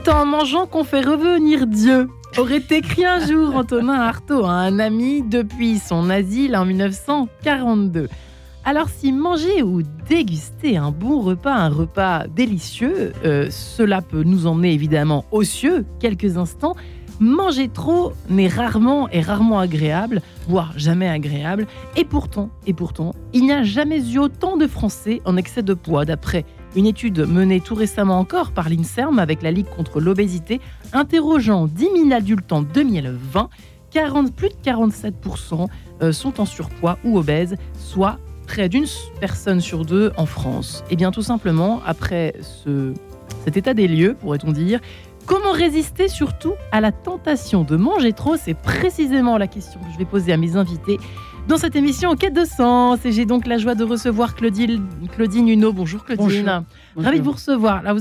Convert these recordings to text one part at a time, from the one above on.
C'est en mangeant qu'on fait revenir Dieu, aurait écrit un jour Antonin Artaud à un ami depuis son asile en 1942. Alors si manger ou déguster un bon repas, un repas délicieux, cela peut nous emmener évidemment aux cieux quelques instants. Manger trop est rarement agréable, voire jamais agréable. Et pourtant, il n'y a jamais eu autant de Français en excès de poids, d'après une étude menée tout récemment encore par l'INSERM avec la Ligue contre l'obésité, interrogeant 10 000 adultes en 2020, plus de 47% sont en surpoids ou obèses, soit près d'une personne sur deux en France. Et bien tout simplement, après cet état des lieux, pourrait-on dire, comment résister surtout à la tentation de manger trop? C'est précisément la question que je vais poser à mes invités dans cette émission En quête de sens. Et j'ai donc la joie de recevoir Claudine Huneau. Bonjour Claudine. Bonjour. Ravie de vous recevoir. Là, vous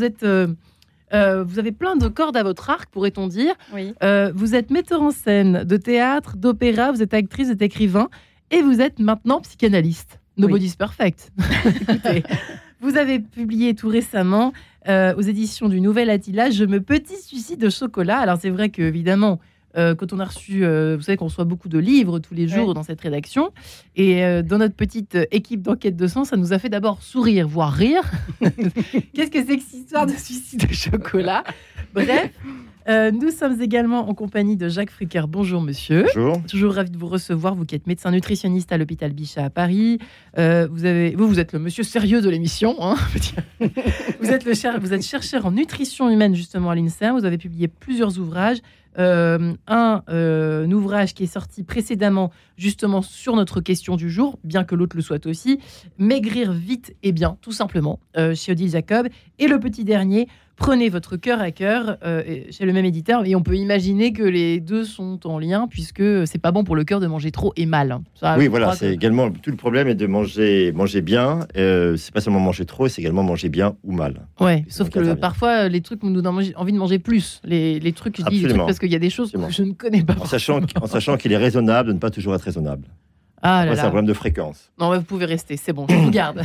avez plein de cordes à votre arc, pourrait-on dire. Oui. Vous êtes metteur en scène de théâtre, d'opéra, vous êtes actrice, vous êtes écrivain et vous êtes maintenant psychanalyste. Nobody's perfect. Écoutez, vous avez publié tout récemment aux éditions du Nouvel Attila, Je me petit suicide de chocolat. Alors c'est vrai qu'évidemment, quand on a reçu, vous savez qu'on reçoit beaucoup de livres tous les jours dans cette rédaction, et dans notre petite équipe d'enquête de sens, ça nous a fait d'abord sourire, voire rire. Qu'est-ce que c'est que cette histoire de suicide de chocolat? Bref. Nous sommes également en compagnie de Jacques Fricker. Bonjour monsieur. Bonjour. Toujours ravi de vous recevoir, vous qui êtes médecin nutritionniste à l'hôpital Bichat à Paris. Vous êtes le monsieur sérieux de l'émission. Hein. Vous êtes chercheur en nutrition humaine justement à l'INSERM. Vous avez publié plusieurs ouvrages. Un ouvrage qui est sorti précédemment justement sur notre question du jour, bien que l'autre le soit aussi, Maigrir vite et bien, tout simplement, chez Odile Jacob. Et le petit dernier, Prenez votre cœur à cœur, chez le même éditeur. Et on peut imaginer que les deux sont en lien, puisque c'est pas bon pour le cœur de manger trop et mal. Ça, oui, voilà, c'est également tout le problème est de manger bien. C'est pas seulement manger trop, c'est également manger bien ou mal. Ouais, sauf que parfois les trucs nous donnent envie de manger plus. Les trucs, je dis les trucs parce qu'il y a des choses que je ne connais pas. En sachant qu'il est raisonnable de ne pas toujours être raisonnable. Ah là là. C'est un problème de fréquence. Non, mais vous pouvez rester, c'est bon, je vous garde.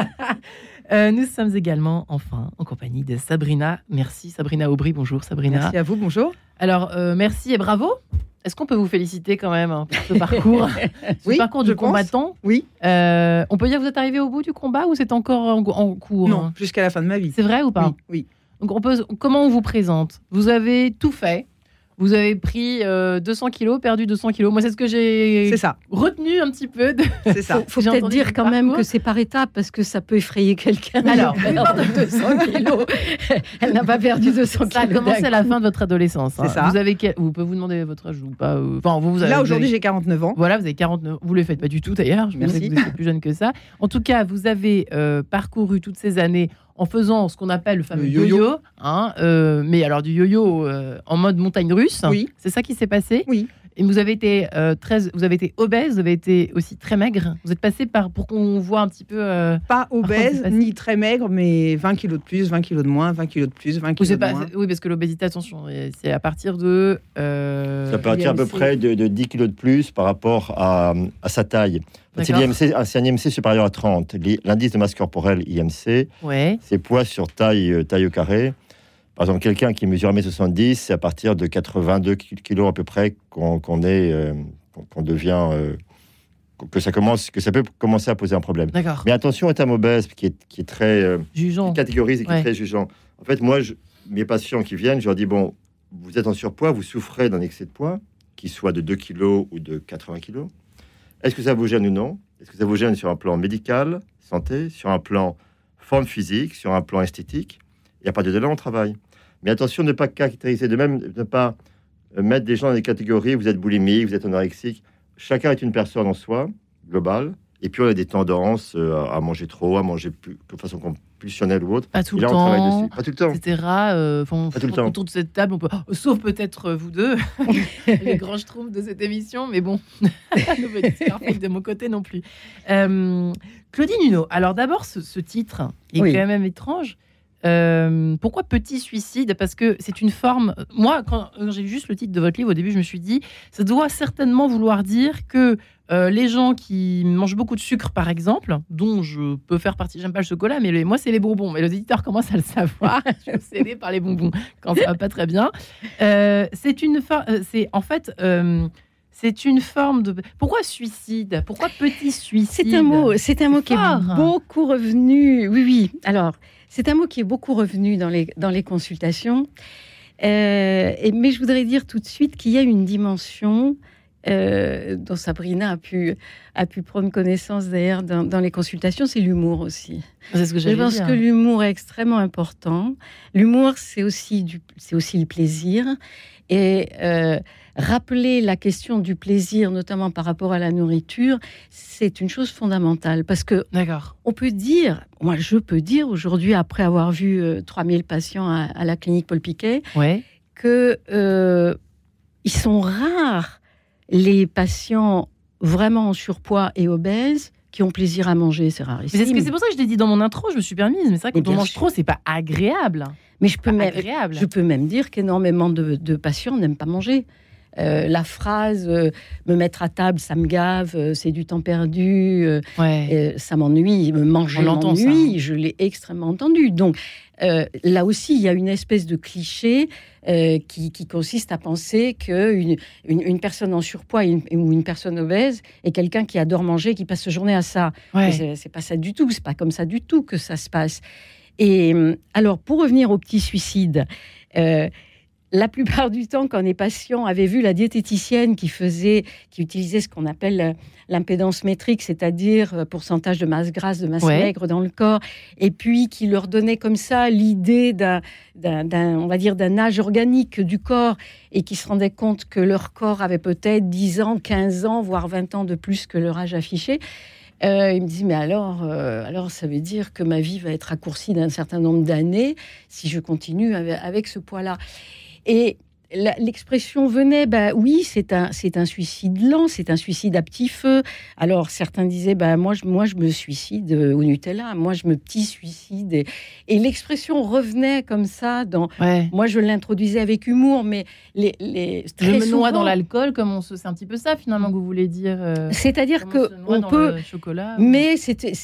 Nous sommes également, enfin, en compagnie de Sabrina. Merci, Sabrina Aubry. Bonjour, Sabrina. Merci à vous, bonjour. Alors, merci et bravo. Est-ce qu'on peut vous féliciter quand même pour ce parcours, parcours du combattant? Oui. On peut dire que vous êtes arrivé au bout du combat ou c'est encore en cours? Non, jusqu'à la fin de ma vie. C'est vrai ou pas? Oui. Donc, comment on vous présente? Vous avez tout fait. Vous avez pris 200 kilos, perdu 200 kilos. Moi, c'est ce que j'ai retenu un petit peu. C'est ça. Il faut peut-être dire quand même que c'est par étapes, parce que ça peut effrayer quelqu'un. Alors, perdre 200 kilos. Elle n'a pas perdu 200 kilos. Ça a commencé à la fin de votre adolescence. C'est ça. Vous pouvez vous demander votre âge ou pas Là, aujourd'hui, j'ai 49 ans. Voilà, vous avez 49 ans. Vous ne le faites pas du tout, d'ailleurs. Je pensais que vous étiez plus jeune que ça. En tout cas, vous avez parcouru toutes ces années en faisant ce qu'on appelle le fameux yo-yo, mais alors du yo-yo en mode montagne russe. Oui. C'est ça qui s'est passé. Oui. Et vous avez été vous avez été obèse, vous avez été aussi très maigre. Vous êtes passé pour qu'on voit un petit peu. Pas obèse ni très maigre, mais 20 kilos de plus, 20 kilos de moins, 20 kilos de plus, 20 kilos de moins. Oui, parce que l'obésité, attention, c'est à partir de. Ça peut partir à peu près de 10 kilos de plus par rapport à sa taille. C'est un IMC supérieur à 30. L'indice de masse corporelle IMC, c'est poids sur taille au carré. Par exemple, quelqu'un qui mesure 1m70, c'est à partir de 82 kilos à peu près qu'on devient, que ça peut commencer à poser un problème. D'accord. Mais attention au terme obèse qui est très jugeant, qui catégorise et qui est très jugeant. En fait, moi, mes patients qui viennent, je leur dis bon, vous êtes en surpoids, vous souffrez d'un excès de poids, qu'il soit de 2 kilos ou de 80 kilos. Est-ce que ça vous gêne ou non? Est-ce que ça vous gêne sur un plan médical, santé, sur un plan forme physique, sur un plan esthétique? Il n'y a pas de là, on travaille. Mais attention de ne pas caractériser, de ne pas mettre des gens dans des catégories. Vous êtes boulimique, vous êtes anorexique. Chacun est une personne en soi, globale. Et puis on a des tendances à manger trop, à manger de façon compulsionnelle ou autre. Pas tout et le là, temps. on travaille dessus. Pas tout le temps. Etc. Pas tout le temps. Autour de cette table, on peut, sauf peut-être vous deux, les grands schtroumpfs de cette émission, mais bon, c'est parfait de mon côté non plus. Claudine Huneau, alors d'abord, ce titre est quand même étrange. Pourquoi petit suicide ? Parce que c'est une forme... Moi, quand j'ai vu juste le titre de votre livre, au début, je me suis dit, ça doit certainement vouloir dire que les gens qui mangent beaucoup de sucre, par exemple, dont je peux faire partie, j'aime pas le chocolat, mais moi, c'est les bonbons. Mais les éditeurs commencent à le savoir. Je suis obsédée par les bonbons quand ça va pas très bien. C'est une forme de... Pourquoi suicide ? Pourquoi petit suicide ? C'est un mot qui est beaucoup revenu. Oui. Alors, c'est un mot qui est beaucoup revenu dans les consultations. Mais je voudrais dire tout de suite qu'il y a une dimension dont Sabrina a pu prendre connaissance d'ailleurs dans les consultations, c'est l'humour aussi. C'est ce que j'allais dire. Je pense que l'humour est extrêmement important. L'humour, c'est aussi le plaisir. Et rappeler la question du plaisir, notamment par rapport à la nourriture, c'est une chose fondamentale. Parce que on peut dire, moi je peux dire aujourd'hui, après avoir vu 3000 patients à la clinique Paul Piquet, que ils sont rares les patients vraiment en surpoids et obèses qui ont plaisir à manger, c'est rarissime. C'est pour ça que je l'ai dit dans mon intro, je me suis permise. Mais c'est vrai que quand on mange trop, c'est pas agréable. Mais je peux même dire qu'énormément de patients n'aiment pas manger. La phrase me mettre à table, ça me gave, c'est du temps perdu, ça m'ennuie, manger m'ennuie, je l'ai extrêmement entendu. Donc là aussi, il y a une espèce de cliché qui consiste à penser qu'une personne en surpoids ou une personne obèse est quelqu'un qui adore manger, qui passe sa journée à ça. C'est pas ça du tout, c'est pas comme ça du tout que ça se passe. Et alors, pour revenir au petit suicide, la plupart du temps, quand les patients avaient vu la diététicienne qui utilisait ce qu'on appelle l'impédance métrique, c'est-à-dire pourcentage de masse grasse, de masse maigre dans le corps, et puis qui leur donnait comme ça l'idée on va dire, d'un âge organique du corps, et qui se rendaient compte que leur corps avait peut-être 10 ans, 15 ans, voire 20 ans de plus que leur âge affiché. Il me dit, mais alors ça veut dire que ma vie va être raccourcie d'un certain nombre d'années si je continue avec ce poids-là. Et l'expression venait, oui, c'est un suicide lent, c'est un suicide à petit feu. Alors certains disaient, moi je me suicide au Nutella, moi je me petit suicide. Et l'expression revenait comme ça. Moi je l'introduisais avec humour, mais je me noie dans l'alcool, c'est un petit peu ça finalement que vous voulez dire. C'est-à-dire que on peut, chocolat, mais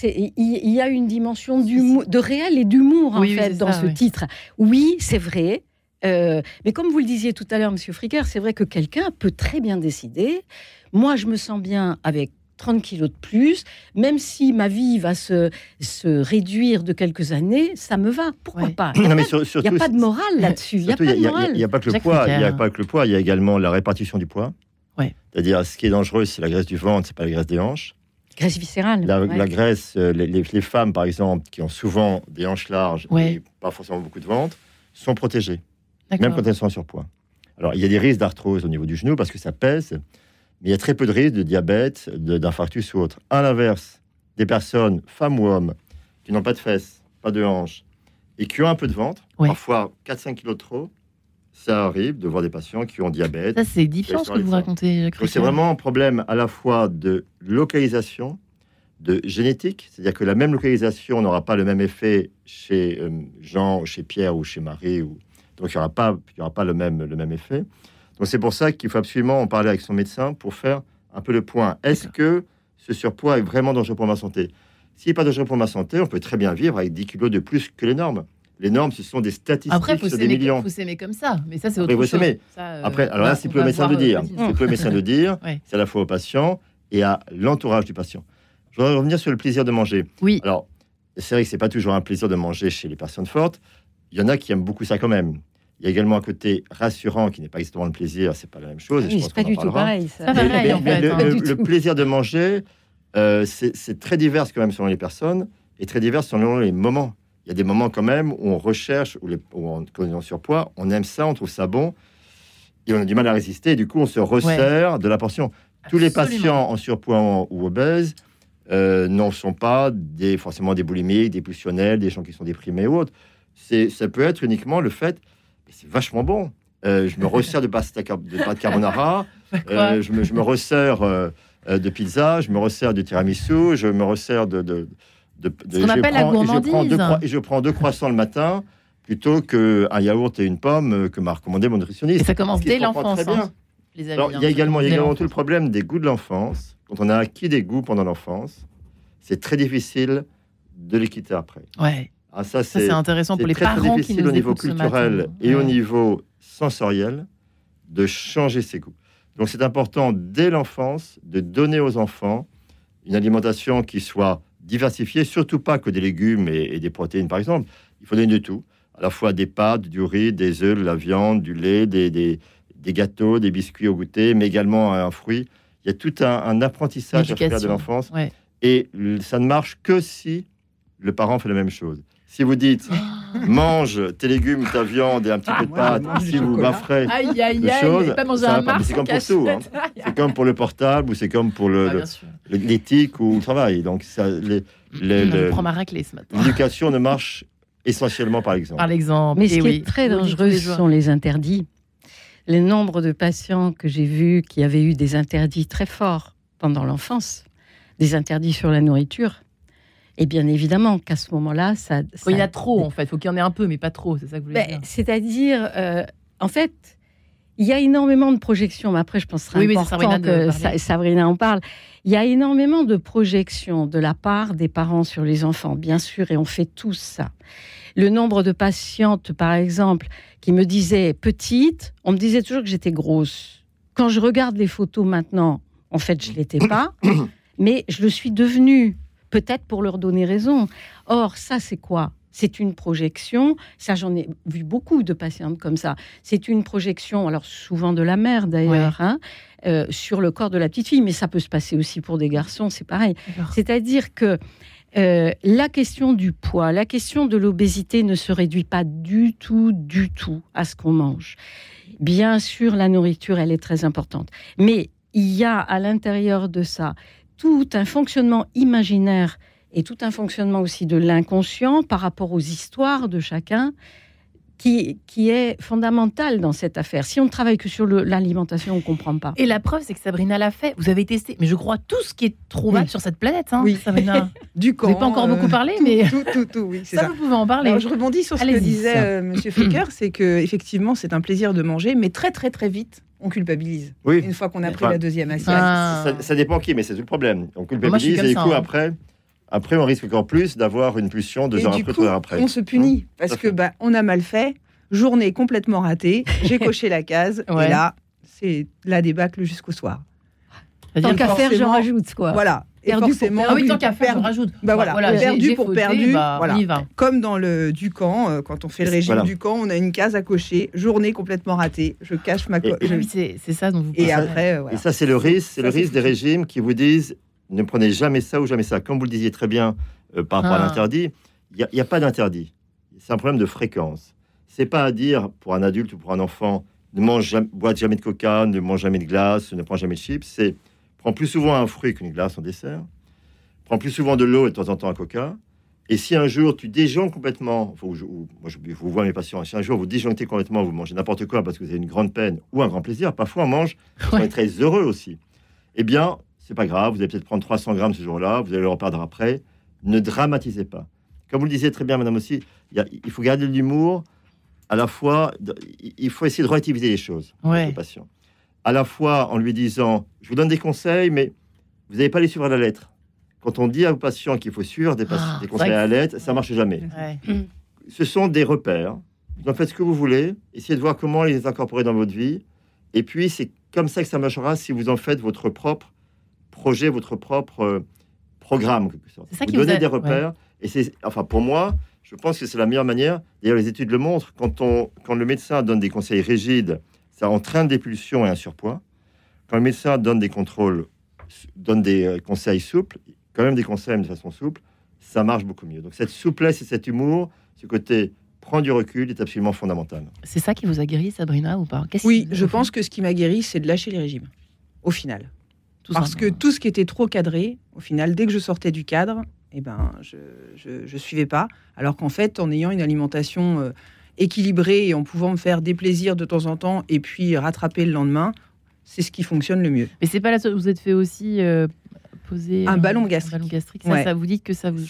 il y a une dimension d'humour, de réel et d'humour en fait dans ce titre. Oui, c'est vrai. Mais comme vous le disiez tout à l'heure, Monsieur Fricker, c'est vrai que quelqu'un peut très bien décider. Moi, je me sens bien avec 30 kilos de plus, même si ma vie va se réduire de quelques années, ça me va. Pourquoi pas ? Il n'y a pas de morale là-dessus. Il n'y a pas que le poids. Il n'y a pas que le poids. Il y a également la répartition du poids. C'est-à-dire, ce qui est dangereux, c'est la graisse du ventre, c'est pas la graisse des hanches. Graisse viscérale. La graisse, les femmes, par exemple, qui ont souvent des hanches larges et pas forcément beaucoup de ventre, sont protégées. Même quand elles sont en surpoids. Alors, il y a des risques d'arthrose au niveau du genou parce que ça pèse, mais il y a très peu de risques de diabète, d'infarctus ou autre. À l'inverse, des personnes, femmes ou hommes, qui n'ont pas de fesses, pas de hanches, et qui ont un peu de ventre, parfois 4-5 kilos de trop, ça arrive de voir des patients qui ont diabète. Ça, c'est édifiant ce que vous racontez. Donc, c'est vraiment un problème à la fois de localisation, de génétique, c'est-à-dire que la même localisation n'aura pas le même effet chez Jean, chez Pierre ou chez Marie, donc il n'y aura pas le même effet. Donc c'est pour ça qu'il faut absolument en parler avec son médecin pour faire un peu le point. Est-ce que ce surpoids est vraiment dangereux pour ma santé ? S'il n'est pas dangereux pour ma santé, on peut très bien vivre avec 10 kilos de plus que les normes. Les normes, ce sont des statistiques sur des millions. Il faut s'aimer comme ça, mais ça c'est autre chose. Après, alors là, c'est plus le médecin de dire. C'est plus le médecin de dire. C'est à la fois au patient et à l'entourage du patient. Je voudrais revenir sur le plaisir de manger. Oui. Alors, c'est vrai que c'est pas toujours un plaisir de manger chez les personnes fortes. Il y en a qui aiment beaucoup ça quand même. Il y a également un côté rassurant qui n'est pas exactement le plaisir, c'est pas la même chose. Oui, c'est pas du tout pareil. Le plaisir de manger, c'est très divers quand même selon les personnes et très divers selon les moments. Il y a des moments quand même où on recherche, quand on est en surpoids, on aime ça, on trouve ça bon et on a du mal à résister. Et du coup, on se resserre de la portion. Tous les patients en surpoids ou obèses n'en sont pas forcément des boulimiques, des pulsionnels, des gens qui sont déprimés ou autres. Ça peut être uniquement le fait, mais c'est vachement bon. Je me resserre de pâte carbonara, je me resserre de pizza, je me resserre de tiramisu, je me resserre de Ce qu'on appelle la gourmandise. Je prends 2 croissants le matin plutôt qu'un yaourt et une pomme que m'a recommandé mon nutritionniste. Et ça commence dès l'enfance, les amis. Alors, il y a également tout le problème des goûts de l'enfance. Quand on a acquis des goûts pendant l'enfance, c'est très difficile de les quitter après. Ouais. Ça c'est intéressant pour les parents qui nous écoutent. C'est très difficile au niveau culturel et au niveau sensoriel de changer ses goûts. Donc c'est important dès l'enfance de donner aux enfants une alimentation qui soit diversifiée, surtout pas que des légumes et des protéines par exemple. Il faut donner de tout, à la fois des pâtes, du riz, des œufs, de la viande, du lait, des gâteaux, des biscuits au goûter, mais également un fruit. Il y a tout un apprentissage à faire de l'enfance. Ouais. Et ça ne marche que si le parent fait la même chose. Si vous dites mange tes légumes, ta viande et un petit peu de pâte, si vous bafferez de choses, ça va pas. Mais c'est comme pour tout. Hein. C'est comme pour le portable ou c'est comme pour l'éthique ou le travail. Donc je prends ma raclée ce matin. L'éducation ne marche essentiellement par l'exemple. Mais ce qui est très dangereux, ce sont les interdits. Le nombre de patients que j'ai vus qui avaient eu des interdits très forts pendant l'enfance, des interdits sur la nourriture. Et bien évidemment qu'à ce moment-là, il y en a trop, en fait. Il faut qu'il y en ait un peu, mais pas trop. C'est ça que vous voulez dire. C'est-à-dire, en fait, il y a énormément de projections. Mais après, je pense que ce serait important que Sabrina en parle. Il y a énormément de projections de la part des parents sur les enfants, bien sûr, et on fait tous ça. Le nombre de patientes, par exemple, qui me disaient petite, on me disait toujours que j'étais grosse. Quand je regarde les photos maintenant, en fait, je ne l'étais pas, mais je le suis devenue. Peut-être pour leur donner raison. Or, ça, c'est quoi ? C'est une projection. Ça, j'en ai vu beaucoup de patientes comme ça. C'est une projection, alors souvent de la mère d'ailleurs, sur le corps de la petite fille, mais ça peut se passer aussi pour des garçons, c'est pareil. D'accord. C'est-à-dire que la question du poids, la question de l'obésité ne se réduit pas du tout à ce qu'on mange. Bien sûr, la nourriture, elle est très importante. Mais il y a à l'intérieur de ça tout un fonctionnement imaginaire et tout un fonctionnement aussi de l'inconscient par rapport aux histoires de chacun qui est fondamental dans cette affaire. Si on ne travaille que sur l'alimentation, on ne comprend pas. Et la preuve, c'est que Sabrina l'a fait. Vous avez testé, mais je crois, tout ce qui est trouvable sur cette planète, Sabrina. Du camp. Vous n'avez pas encore beaucoup parlé, mais... Tout, oui, c'est ça. Vous pouvez en parler. Alors, je rebondis sur ce que disait Monsieur Fricker, c'est qu'effectivement, c'est un plaisir de manger, mais très, très, très vite, on culpabilise. Oui. Une fois qu'on a pris la deuxième assiette. Ça dépend qui, mais c'est tout le problème. On culpabilise et du coup, après, on risque encore plus d'avoir une pulsion 2 heures après, 3 heures après. On se punit parce que on a mal fait, journée complètement ratée, j'ai coché la case et là, c'est la débâcle jusqu'au soir. Tant qu'à faire, j'en rajoute quoi. Voilà. Et perdu forcément, tant qu'à faire, j'en rajoute. Perdu pour perdu. On y va. Comme dans le Ducan, quand on fait le régime Ducan, on a une case à cocher, journée complètement ratée. Je cache ma coche. C'est ça dont vous parlez. Et après, et ça, c'est le risque des régimes qui vous disent ne prenez jamais ça ou jamais ça. Comme vous le disiez très bien par rapport à l'interdit, il n'y a pas d'interdit. C'est un problème de fréquence. C'est pas à dire pour un adulte ou pour un enfant ne bois jamais de coca, ne mange jamais de glace, ne prends jamais de chips. C'est prends plus souvent un fruit qu'une glace en dessert. Prends plus souvent de l'eau et de temps en temps un coca. Et si un jour tu déjonctes complètement, moi je vous vois mes patients, si un jour vous déjonctez complètement, vous mangez n'importe quoi parce que vous avez une grande peine ou un grand plaisir, parfois on mange, on est très heureux aussi. Eh bien, c'est pas grave, vous allez peut-être prendre 300 grammes ce jour-là, vous allez le reperdre après. Ne dramatisez pas. Comme vous le disiez très bien, madame aussi, il faut garder de l'humour. À la fois, il faut essayer de relativiser les choses avec le patient. À la fois en lui disant, je vous donne des conseils, mais vous n'allez pas les suivre à la lettre. Quand on dit à vos patients qu'il faut suivre des conseils à la lettre, ça ne marche jamais. Ce sont des repères. Vous en faites ce que vous voulez. Essayez de voir comment les incorporer dans votre vie. Et puis, c'est comme ça que ça marchera si vous en faites votre propre projet, votre propre programme, en quelque sorte. Vous donnez des repères. Et pour moi, je pense que c'est la meilleure manière. D'ailleurs, les études le montrent. Quand le médecin donne des conseils rigides, ça entraîne des pulsions et un surpoids. Quand le médecin donne des conseils souples, quand même des conseils de façon souple, ça marche beaucoup mieux. Donc cette souplesse et cet humour, ce côté prendre du recul est absolument fondamental. C'est ça qui vous a guéri, Sabrina, ou pas? Oui, je pense que ce qui m'a guéri, c'est de lâcher les régimes, au final. Parce que tout ce qui était trop cadré, au final, dès que je sortais du cadre, je suivais pas. Alors qu'en fait, en ayant une alimentation équilibrée et en pouvant me faire des plaisirs de temps en temps et puis rattraper le lendemain, c'est ce qui fonctionne le mieux. Mais c'est pas la seule. Vous êtes fait aussi posé un ballon gastrique. Ça vous dit que ça vous...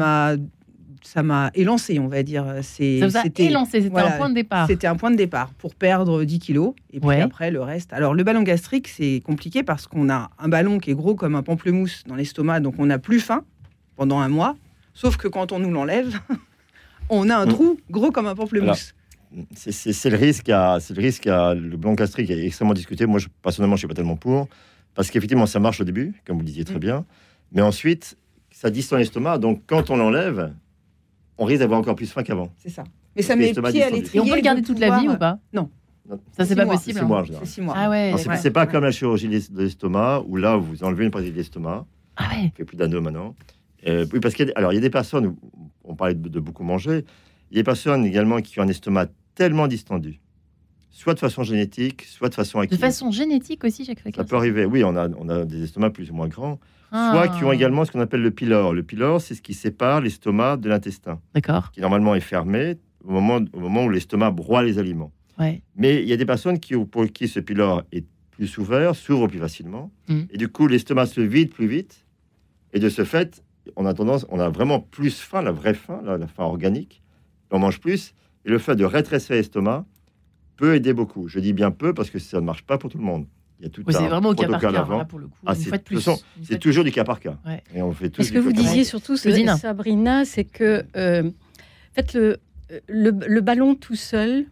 Ça m'a élancé, on va dire. Ça vous a élancé, c'était un point de départ. C'était un point de départ pour perdre 10 kilos. Et puis après, le reste. Alors, le ballon gastrique, c'est compliqué parce qu'on a un ballon qui est gros comme un pamplemousse dans l'estomac, donc on n'a plus faim pendant un mois. Sauf que quand on nous l'enlève, on a un trou gros comme un pamplemousse. Alors, c'est le risque. Le ballon gastrique est extrêmement discuté. Moi, personnellement, je ne suis pas tellement pour. Parce qu'effectivement, ça marche au début, comme vous le disiez très bien. Mais ensuite, ça distend l'estomac. Donc, quand on l'enlève, on risque d'avoir encore plus faim qu'avant. C'est ça. Mais ça met le pied à l'étrier. Et on peut le garder toute la vie ou pas ? Non. Ça, c'est pas possible. 6 mois, c'est 6 mois. Ah ouais. C'est pas comme la chirurgie de l'estomac, où là, vous enlevez une partie de l'estomac. Ah ouais. Ça fait plus d'un an maintenant. Oui, parce qu'il y a des personnes, on parlait de beaucoup manger, il y a des personnes également qui ont un estomac tellement distendu, soit de façon génétique, soit de façon acquise. De façon génétique aussi, Jacques Fréquin. Ça peut arriver, oui, on a des estomacs plus ou moins grands. Soit qui ont également ce qu'on appelle le pylore. Le pylore, c'est ce qui sépare l'estomac de l'intestin. D'accord. Qui normalement est fermé au moment où l'estomac broie les aliments. Ouais. Mais il y a des personnes pour qui ce pylore est plus ouvert, s'ouvre plus facilement. Et du coup, l'estomac se vide plus vite. Et de ce fait, on a vraiment plus faim, la vraie faim, la faim organique. On mange plus. Et le fait de rétrécir l'estomac peut aider beaucoup. Je dis bien peu parce que ça ne marche pas pour tout le monde. Il y a tout c'est vraiment au cas par cas, là, pour le coup. C'est toujours du cas par cas. Ouais. Et on fait ce que vous disiez surtout, Sabrina, c'est que en fait, le ballon tout seul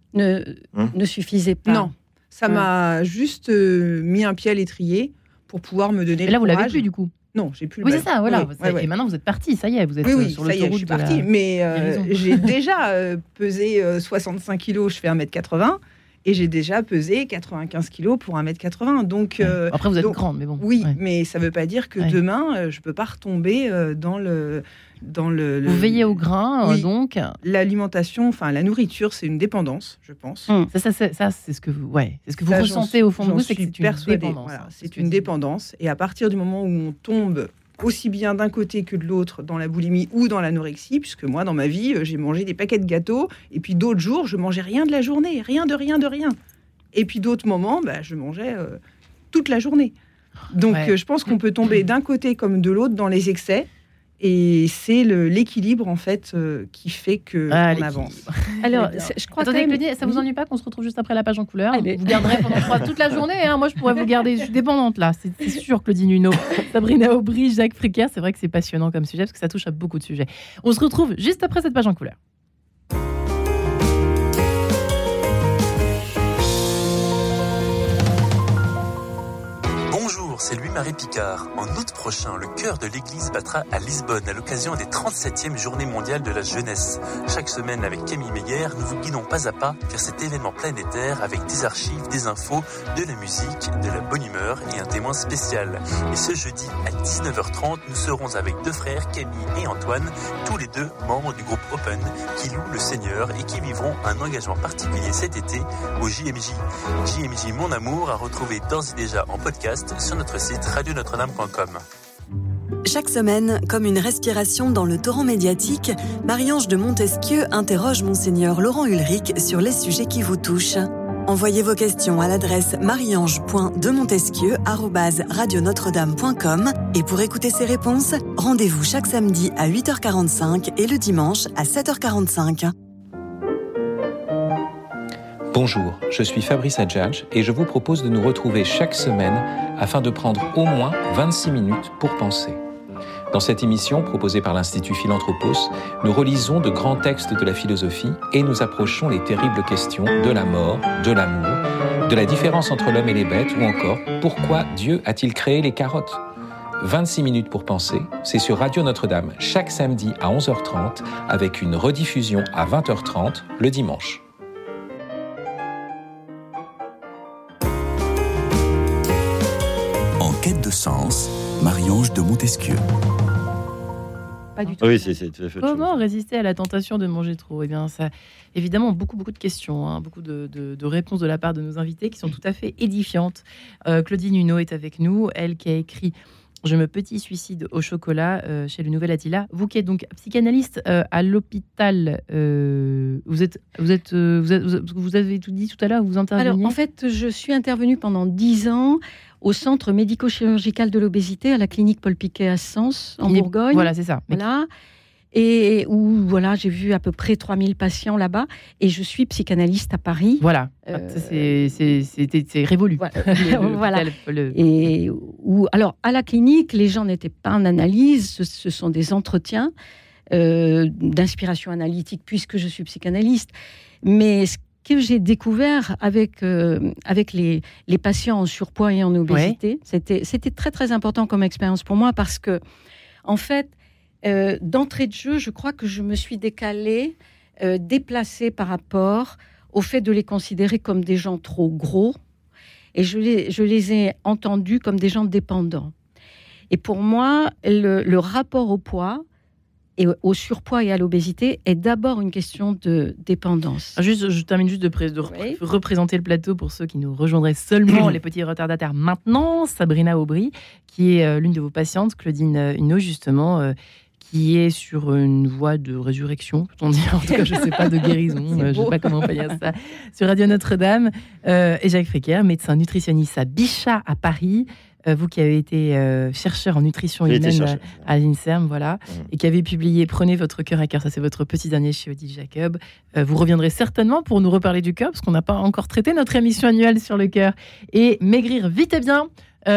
ne suffisait pas. Non, ça m'a juste mis un pied à l'étrier pour pouvoir me donner. Et là, vous l'avez plus du coup. Non, j'ai plus. Oui, c'est ça, voilà. Oui. Et maintenant, vous êtes parti, ça y est, vous êtes sur l'autoroute. Je suis partie, mais j'ai déjà pesé 65 kilos, je fais 1m80. Et j'ai déjà pesé 95 kilos pour 1m80. Donc, après, vous êtes grande, mais bon. Oui, mais ça ne veut pas dire que demain, je ne peux pas retomber dans le... Vous veillez au grain, donc. L'alimentation, enfin la nourriture, c'est une dépendance, je pense. Ça c'est ce que vous, c'est ce que vous ressentez au fond de vous, c'est que c'est une dépendance. Voilà, c'est une dépendance. Et à partir du moment où on tombe aussi bien d'un côté que de l'autre dans la boulimie ou dans l'anorexie, puisque moi, dans ma vie, j'ai mangé des paquets de gâteaux, et puis d'autres jours, je mangeais rien de la journée, rien. Et puis d'autres moments, je mangeais toute la journée. Donc, je pense qu'on peut tomber d'un côté comme de l'autre dans les excès. Et c'est l'équilibre, en fait, qui fait qu'on avance. Alors, je crois Attendez, Claudie, ça vous ennuie pas qu'on se retrouve juste après la page en couleur ? Vous garderez pendant toute la journée. Moi, je pourrais vous garder. Je suis dépendante, là. C'est sûr, Claudie Nuno, Sabrina Aubry, Jacques Fréquin. C'est vrai que c'est passionnant comme sujet, parce que ça touche à beaucoup de sujets. On se retrouve juste après cette page en couleur. Bonjour, c'est Louis-Marie Picard. En août prochain, le chœur de l'Église battra à Lisbonne à l'occasion des 37e Journées mondiales de la jeunesse. Chaque semaine, avec Camille Meyer, nous vous guidons pas à pas vers cet événement planétaire avec des archives, des infos, de la musique, de la bonne humeur et un témoin spécial. Et ce jeudi à 19h30, nous serons avec deux frères, Camille et Antoine, tous les deux membres du groupe Open, qui louent le Seigneur et qui vivront un engagement particulier cet été au JMJ. JMJ Mon Amour à retrouver d'ores et déjà en podcast sur notre site radionotre-dame.com. Chaque semaine, comme une respiration dans le torrent médiatique, Marie-Ange de Montesquieu interroge Monseigneur Laurent Ulrich sur les sujets qui vous touchent. Envoyez vos questions à l'adresse mariange.demontesquieu@radionotre-dame.com et pour écouter ces réponses, rendez-vous chaque samedi à 8h45 et le dimanche à 7h45. Bonjour, je suis Fabrice Adjadj et je vous propose de nous retrouver chaque semaine afin de prendre au moins 26 minutes pour penser. Dans cette émission proposée par l'Institut Philanthropos, nous relisons de grands textes de la philosophie et nous approchons les terribles questions de la mort, de l'amour, de la différence entre l'homme et les bêtes ou encore pourquoi Dieu a-t-il créé les carottes ? 26 minutes pour penser, c'est sur Radio Notre-Dame chaque samedi à 11h30 avec une rediffusion à 20h30 le dimanche. En quête de sens, Marie-Ange de Montesquieu. Pas du tout. Oui, c'est tout à fait. Comment résister à la tentation de manger trop ? Eh bien, ça, évidemment, beaucoup de questions, beaucoup de réponses de la part de nos invités qui sont tout à fait édifiantes. Claudie Nuno est avec nous, elle qui a écrit Je me petit suicide au chocolat chez le Nouvel Attila. Vous qui êtes donc psychanalyste à l'hôpital, vous avez tout dit tout à l'heure, vous interveniez ? Alors, en fait, je suis intervenue pendant 10 ans au centre médico-chirurgical de l'obésité à la clinique Paul Piquet à Sens, en Bourgogne. Voilà, c'est ça. Voilà. Et où j'ai vu à peu près 3000 patients là-bas, et je suis psychanalyste à Paris. Voilà, c'est révolu. Voilà. Et alors, à la clinique, les gens n'étaient pas en analyse, ce sont des entretiens d'inspiration analytique, puisque je suis psychanalyste. Mais ce que j'ai découvert avec les patients en surpoids et en obésité, c'était très, très important comme expérience pour moi, parce que, en fait, d'entrée de jeu, je crois que je me suis décalée, déplacée par rapport au fait de les considérer comme des gens trop gros, et je les ai entendus comme des gens dépendants. Et pour moi, le rapport au poids et au surpoids et à l'obésité est d'abord une question de dépendance. Je termine juste de représenter le plateau pour ceux qui nous rejoindraient seulement, les petits retardataires maintenant. Sabrina Aubry, qui est l'une de vos patientes, Claudine Huneau, justement, qui est sur une voie de résurrection, peut-on dire, en tout cas, je ne sais pas, de guérison, je ne sais pas comment on peut dire ça, sur Radio Notre-Dame, et Jacques Fricker, médecin nutritionniste à Bichat, à Paris, vous qui avez été chercheur en nutrition humaine à l'INSERM, voilà, et qui avez publié « Prenez votre cœur à cœur », ça c'est votre petit dernier chez Odile Jacob. Vous reviendrez certainement pour nous reparler du cœur, parce qu'on n'a pas encore traité notre émission annuelle sur le cœur. Et Maigrir vite et bien,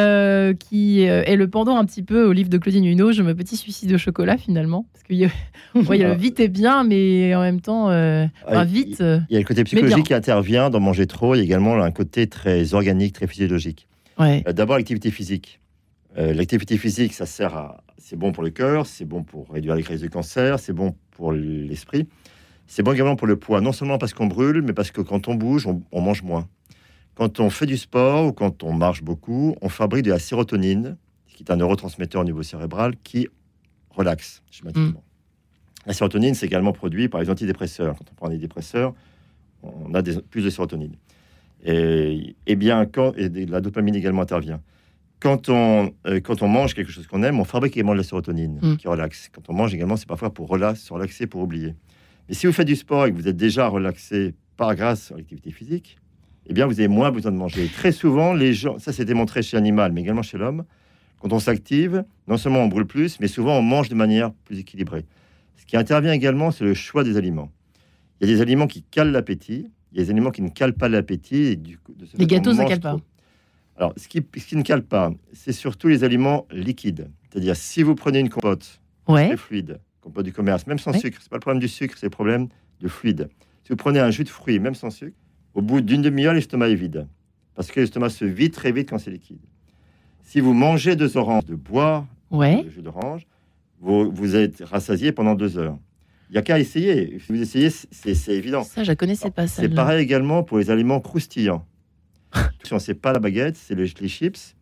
qui est le pendant un petit peu au livre de Claudine Huneau, Je me petit suicide au chocolat, finalement, parce qu'il y a le vite et bien, mais en même temps vite. Il y a le côté psychologique qui intervient dans manger trop. Il y a également un côté très organique, très physiologique. D'abord, l'activité physique. L'activité physique, c'est bon pour le cœur, c'est bon pour réduire les crises de cancer, c'est bon pour l'esprit, c'est bon également pour le poids. Non seulement parce qu'on brûle, mais parce que quand on bouge, on mange moins. Quand on fait du sport ou quand on marche beaucoup, on fabrique de la sérotonine, qui est un neurotransmetteur au niveau cérébral qui relaxe schématiquement. La sérotonine, c'est également produit par les antidépresseurs. Quand on prend des dépresseurs, on a plus de sérotonine. Et bien, la dopamine également intervient. Quand on mange quelque chose qu'on aime, on fabrique également de la sérotonine qui relaxe. Quand on mange également, c'est parfois pour se relaxer, pour oublier. Mais si vous faites du sport et que vous êtes déjà relaxé grâce à l'activité physique, eh bien, vous avez moins besoin de manger. Très souvent, les gens, ça c'est démontré chez l'animal, mais également chez l'homme, quand on s'active, non seulement on brûle plus, mais souvent on mange de manière plus équilibrée. Ce qui intervient également, c'est le choix des aliments. Il y a des aliments qui calent l'appétit, il y a des aliments qui ne calent pas l'appétit. Et les gâteaux, ça ne cale pas. Alors, ce qui ne cale pas, c'est surtout les aliments liquides. C'est-à-dire, si vous prenez une compote très fluide, compote du commerce, même sans sucre, c'est pas le problème du sucre, c'est le problème de fluide. Si vous prenez un jus de fruits, même sans sucre, au bout d'une demi-heure, l'estomac est vide. Parce que l'estomac se vide très vite quand c'est liquide. Si vous mangez 2 oranges, de boire le jus d'orange, vous êtes rassasié pendant 2 heures. Il n'y a qu'à essayer. Si vous essayez, c'est évident. Ça, je ne connaissais pas ça. C'est pareil également pour les aliments croustillants. C'est pas la baguette, c'est les chips,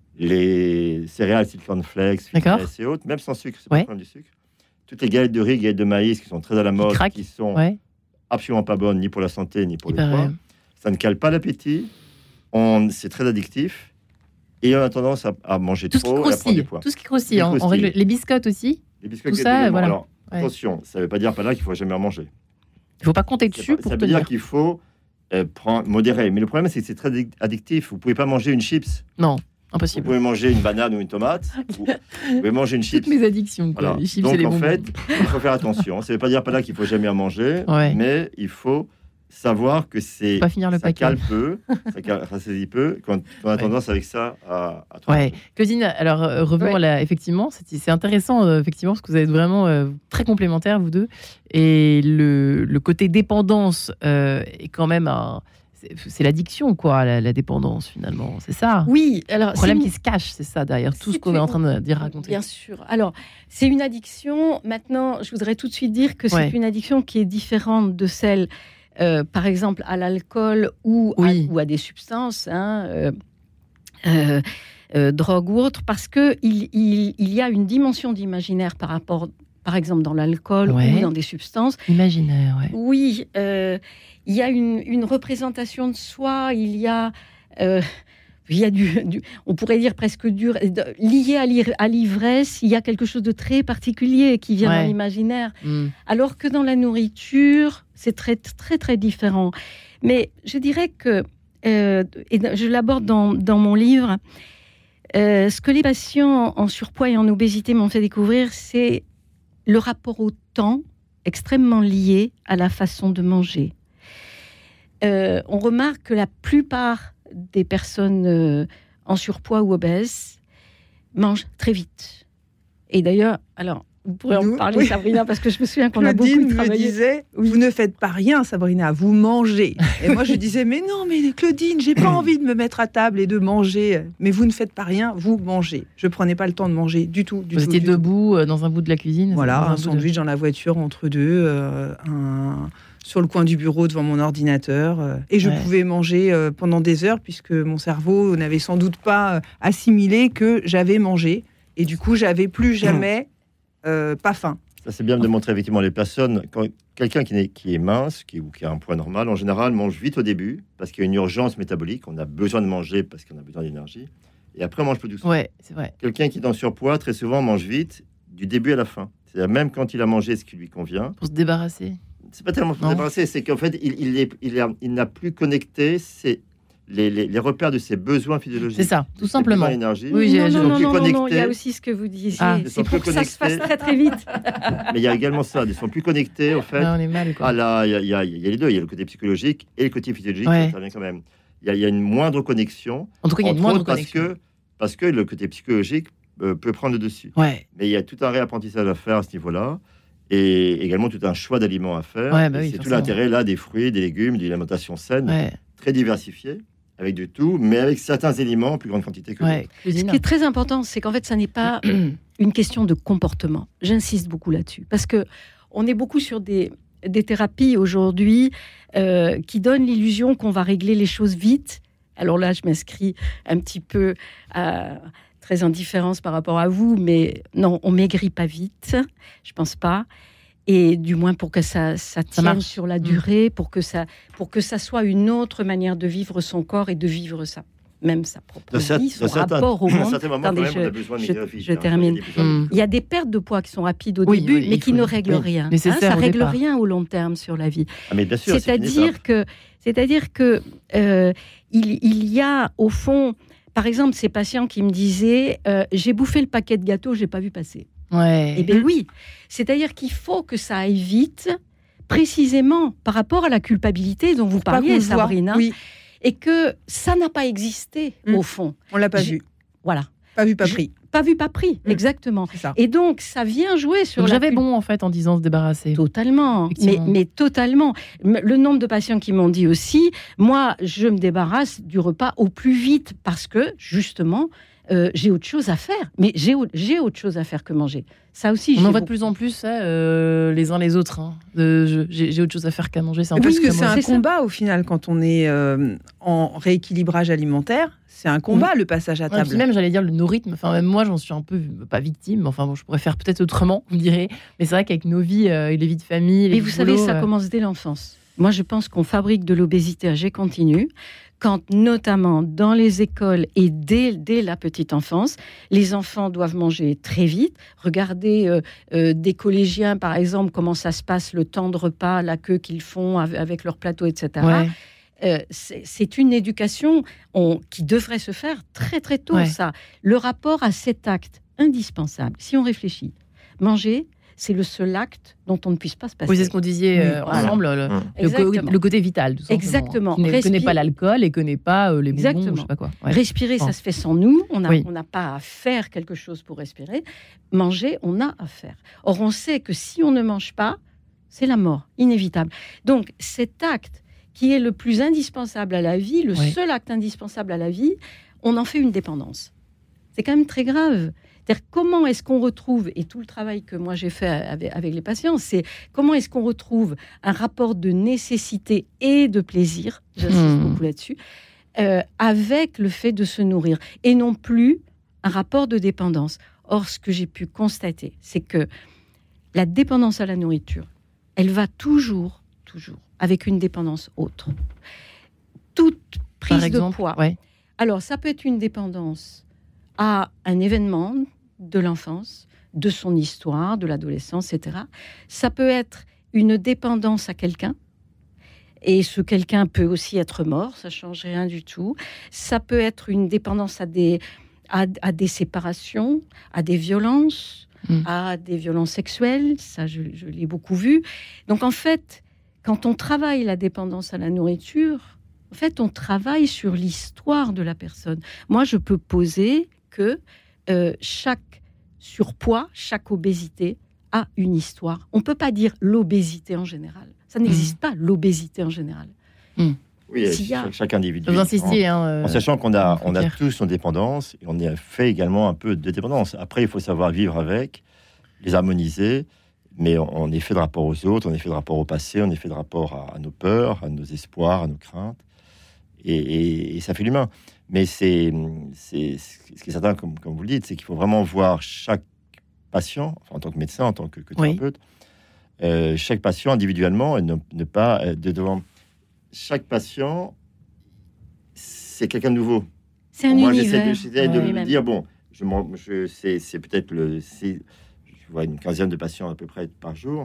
les céréales, cornflakes, et autres, même sans sucre, c'est pas le problème du sucre. Toutes les galettes de riz, galettes de maïs qui sont très à la mode, qui sont absolument pas bonnes ni pour la santé ni pour le poids. Ça ne cale pas l'appétit, c'est très addictif et on a tendance à manger trop et à prendre du poids. Tout ce qui croustille, on règle les biscottes aussi. Les biscottes, tout ça, voilà. Alors, attention, ça ne veut pas dire par là qu'il faut jamais en manger. Il ne faut pas compter dessus pour ça veut dire qu'il faut modérer. Mais le problème, c'est que c'est très addictif. Vous ne pouvez pas manger une chips. Non, impossible. Vous pouvez manger une banane ou une tomate. Vous pouvez manger une chips. Toutes mes addictions. Voilà. Les chips. Donc, et les en bonbons. fait, il faut faire attention. Ça ne veut pas dire par là qu'il faut jamais en manger. Mais il faut savoir que pas finir le paquet. Cale peu, ça rassasie peu, quand on a tendance avec ça à Claudine, alors revenons là, effectivement, c'est intéressant, effectivement, parce que vous êtes vraiment très complémentaires, vous deux, et le côté dépendance est quand même c'est l'addiction, quoi, la dépendance, finalement, c'est ça. Oui, alors... Le problème qui se cache, c'est ça, derrière tout ce qu'on est en train de dire, raconter. Bien sûr. Alors, c'est une addiction, maintenant, je voudrais tout de suite dire que c'est une addiction qui est différente de celle... par exemple à l'alcool ou à des substances, drogue ou autre, parce que il y a une dimension d'imaginaire par rapport, par exemple dans l'alcool ou dans des substances. Imaginaire, Oui, il y a une représentation de soi, il y a on pourrait dire presque lié à l'ivresse, il y a quelque chose de très particulier qui vient dans l'imaginaire. Alors que dans la nourriture, c'est très, très, très différent. Mais je dirais que et je l'aborde dans mon livre, ce que les patients en surpoids et en obésité m'ont fait découvrir, c'est le rapport au temps extrêmement lié à la façon de manger. On remarque que la plupart des personnes en surpoids ou obèses mangent très vite. Et d'ailleurs, alors, vous pourrez en parler, Sabrina, parce que je me souviens qu'on a beaucoup travaillé. Me disait, vous ne faites pas rien, Sabrina, vous mangez. Et moi, je disais, mais non, mais Claudine, j'ai pas envie de me mettre à table et de manger. Mais vous ne faites pas rien, vous mangez. Je prenais pas le temps de manger du tout. Vous étiez debout dans un bout de la cuisine. Voilà, un sandwich dans la voiture entre deux, sur le coin du bureau devant mon ordinateur. Et je pouvais manger pendant des heures, puisque mon cerveau n'avait sans doute pas assimilé que j'avais mangé. Et du coup, j'avais plus jamais pas faim. Ça, c'est bien de montrer effectivement les personnes. Quand quelqu'un qui est mince ou qui a un poids normal, en général, mange vite au début, parce qu'il y a une urgence métabolique. On a besoin de manger parce qu'on a besoin d'énergie. Et après, on mange plus doucement. Ouais, c'est vrai. Quelqu'un qui est en surpoids, très souvent, mange vite du début à la fin. C'est-à-dire même quand il a mangé ce qui lui convient. Pour se débarrasser. C'est pas tellement pour se débarrasser, c'est qu'en fait, il n'a plus connecté les repères de ses besoins physiologiques. C'est ça, tout simplement. Oui, non, il y a aussi ce que vous disiez. C'est pour que ça se fasse très très vite. Mais il y a également ça, ils sont plus connectés, en fait. Ouais, on est mal, quoi. Ah là, il y a les deux, il y a le côté psychologique et le côté physiologique qui intervient quand même. Il y a une moindre connexion. En tout cas, il y a une moindre connexion. Parce que le côté psychologique peut prendre le dessus. Ouais. Mais il y a tout un réapprentissage à faire à ce niveau-là. Et également tout un choix d'aliments à faire. C'est tout l'intérêt là des fruits, des légumes, d'une alimentation saine, très diversifiée, avec de tout, mais avec certains éléments en plus grande quantité que d'autres. Ce qui est très important, c'est qu'en fait, ça n'est pas une question de comportement. J'insiste beaucoup là-dessus, parce que on est beaucoup sur des thérapies aujourd'hui qui donnent l'illusion qu'on va régler les choses vite. Alors là, je m'inscris un petit peu très en différence par rapport à vous, mais non, on maigrit pas vite, je pense pas. Et du moins pour que ça tienne sur la durée, pour que ça soit une autre manière de vivre son corps et de vivre même sa propre vie, son rapport au monde. Je termine. Il y a des pertes de poids qui sont rapides au début, mais qui ne règlent rien. Ça règle rien au long terme sur la vie. Mais bien sûr, c'est-à-dire que il y a au fond, par exemple, ces patients qui me disaient j'ai bouffé le paquet de gâteaux, j'ai pas vu passer. Ouais. Eh bien oui, c'est-à-dire qu'il faut que ça aille vite, précisément par rapport à la culpabilité dont vous parliez, Sabrina, et que ça n'a pas existé au fond. On l'a pas vu. Voilà. Pas vu, pas pris. Pas vu, pas pris, exactement. Et donc, ça vient jouer sur j'avais bon, en fait, en disant se débarrasser. Totalement, mais totalement. Le nombre de patients qui m'ont dit aussi, moi, je me débarrasse du repas au plus vite parce que, justement, j'ai autre chose à faire. Mais j'ai autre chose à faire que manger. Ça aussi, on en voit de plus en plus les uns les autres. J'ai autre chose à faire qu'à manger. Parce que c'est un combat, au final, quand on est en rééquilibrage alimentaire. C'est un combat, le passage à table. Puis même, j'allais dire, nos rythmes. Enfin, même moi, j'en suis un peu, pas victime. Enfin, bon, je pourrais faire peut-être autrement, vous direz. Mais c'est vrai qu'avec nos vies, les vies de famille... Et vous savez, ça commence dès l'enfance. Moi, je pense qu'on fabrique de l'obésité à jet continu quand, notamment dans les écoles et dès la petite enfance, les enfants doivent manger très vite. Regardez des collégiens, par exemple, comment ça se passe, le temps de repas, la queue qu'ils font avec leur plateau, etc. Ouais. C'est une éducation qui devrait se faire très très tôt, ça. Le rapport à cet acte indispensable, si on réfléchit, manger, c'est le seul acte dont on ne puisse pas se passer. Oui, c'est ce qu'on disait ensemble, le côté vital, tout simplement. Exactement. Qui ne connaît pas l'alcool et ne connaît pas les bonbons, je sais pas quoi. Ouais. Respirer, ça se fait sans nous. On n'a pas à faire quelque chose pour respirer. Manger, on a à faire. Or, on sait que si on ne mange pas, c'est la mort, inévitable. Donc, cet acte qui est le plus indispensable à la vie, le seul acte indispensable à la vie, on en fait une dépendance. C'est quand même très grave. C'est-à-dire, comment est-ce qu'on retrouve, et tout le travail que moi j'ai fait avec les patients, c'est comment est-ce qu'on retrouve un rapport de nécessité et de plaisir, j'insiste beaucoup là-dessus, avec le fait de se nourrir, et non plus un rapport de dépendance. Or, ce que j'ai pu constater, c'est que la dépendance à la nourriture, elle va toujours avec une dépendance autre. Toute prise de poids. Ouais. Alors, ça peut être une dépendance à un événement de l'enfance, de son histoire, de l'adolescence, etc. Ça peut être une dépendance à quelqu'un. Et ce quelqu'un peut aussi être mort, ça ne change rien du tout. Ça peut être une dépendance à des séparations, à des violences, à des violences sexuelles. Ça, je l'ai beaucoup vu. Donc, en fait, quand on travaille la dépendance à la nourriture, en fait, on travaille sur l'histoire de la personne. Moi, je peux poser que chaque surpoids, chaque obésité a une histoire. On ne peut pas dire l'obésité en général. Ça n'existe pas, l'obésité en général. Oui, chaque individu. Vous insistiez, en sachant qu'on a tous une dépendance, et on a fait également un peu de dépendance. Après, il faut savoir vivre avec, les harmoniser, mais on est fait de rapport aux autres, on est fait de rapport au passé, on est fait de rapport à nos peurs, à nos espoirs, à nos craintes, et ça fait l'humain. Mais ce qui est certain, comme vous le dites, c'est qu'il faut vraiment voir chaque patient, en tant que médecin, en tant que thérapeute, chaque patient individuellement, et ne pas devant chaque patient, c'est quelqu'un de nouveau. C'est un univers. J'essaie de me dire, bon, c'est peut-être je vois une quinzaine de patients à peu près par jour,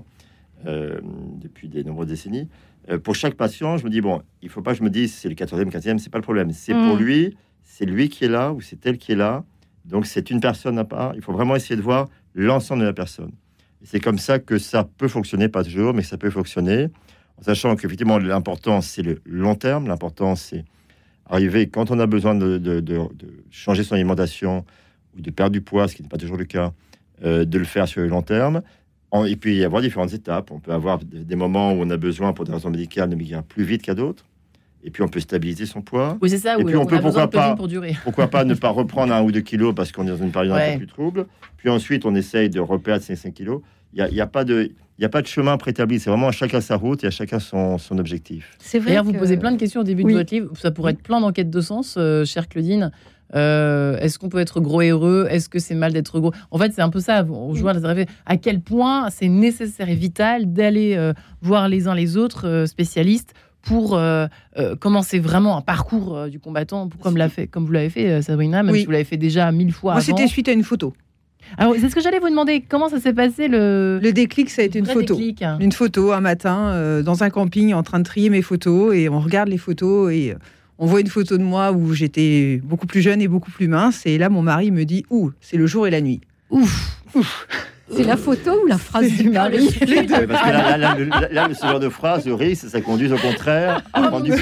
depuis de nombreuses décennies. Pour chaque patient, je me dis, bon, il ne faut pas que je me dise, c'est le 14e, 15e, c'est pas le problème. C'est pour lui, c'est lui qui est là, ou c'est elle qui est là. Donc, c'est une personne à part. Il faut vraiment essayer de voir l'ensemble de la personne. Et c'est comme ça que ça peut fonctionner, pas toujours, mais ça peut fonctionner. En sachant qu'effectivement, l'important, c'est le long terme. L'important, c'est arriver, quand on a besoin de changer son alimentation ou de perdre du poids, ce qui n'est pas toujours le cas, de le faire sur le long terme. Et puis, il y avoir différentes étapes. On peut avoir des moments où on a besoin, pour des raisons médicales, de maigrir plus vite qu'à d'autres. Et puis, on peut stabiliser son poids. Oui, c'est ça. Et puis, on peut, pourquoi pas ne ne pas reprendre 1 ou 2 kilos parce qu'on est dans une période un peu plus trouble. Puis ensuite, on essaye de reperdre 5 kilos. Il n'y a pas de chemin préétabli. C'est vraiment à chacun sa route et à chacun son objectif. C'est vrai. D'ailleurs, vous posez plein de questions au début de votre livre. Ça pourrait être plein d'enquêtes de sens, chère Claudine. Est-ce qu'on peut être gros et heureux? Est-ce que c'est mal d'être gros? En fait, c'est un peu ça. On joue à quel point c'est nécessaire et vital d'aller voir les uns les autres spécialistes pour commencer vraiment un parcours du combattant, comme vous l'avez fait, Sabrina, même si vous l'avez fait déjà 1000 fois. Moi, avant. C'était suite à une photo. Alors, c'est ce que j'allais vous demander. Comment ça s'est passé le déclic? Ça a été une photo. Déclic. Une photo un matin dans un camping en train de trier mes photos et on regarde les photos et on voit une photo de moi où j'étais beaucoup plus jeune et beaucoup plus mince. Et là, mon mari me dit « Ouh, c'est le jour et la nuit. » Ouf. C'est la photo ou la phrase du mari? Les deux. Parce que là, ce genre de phrase, le risque, ça conduit au contraire à prendre du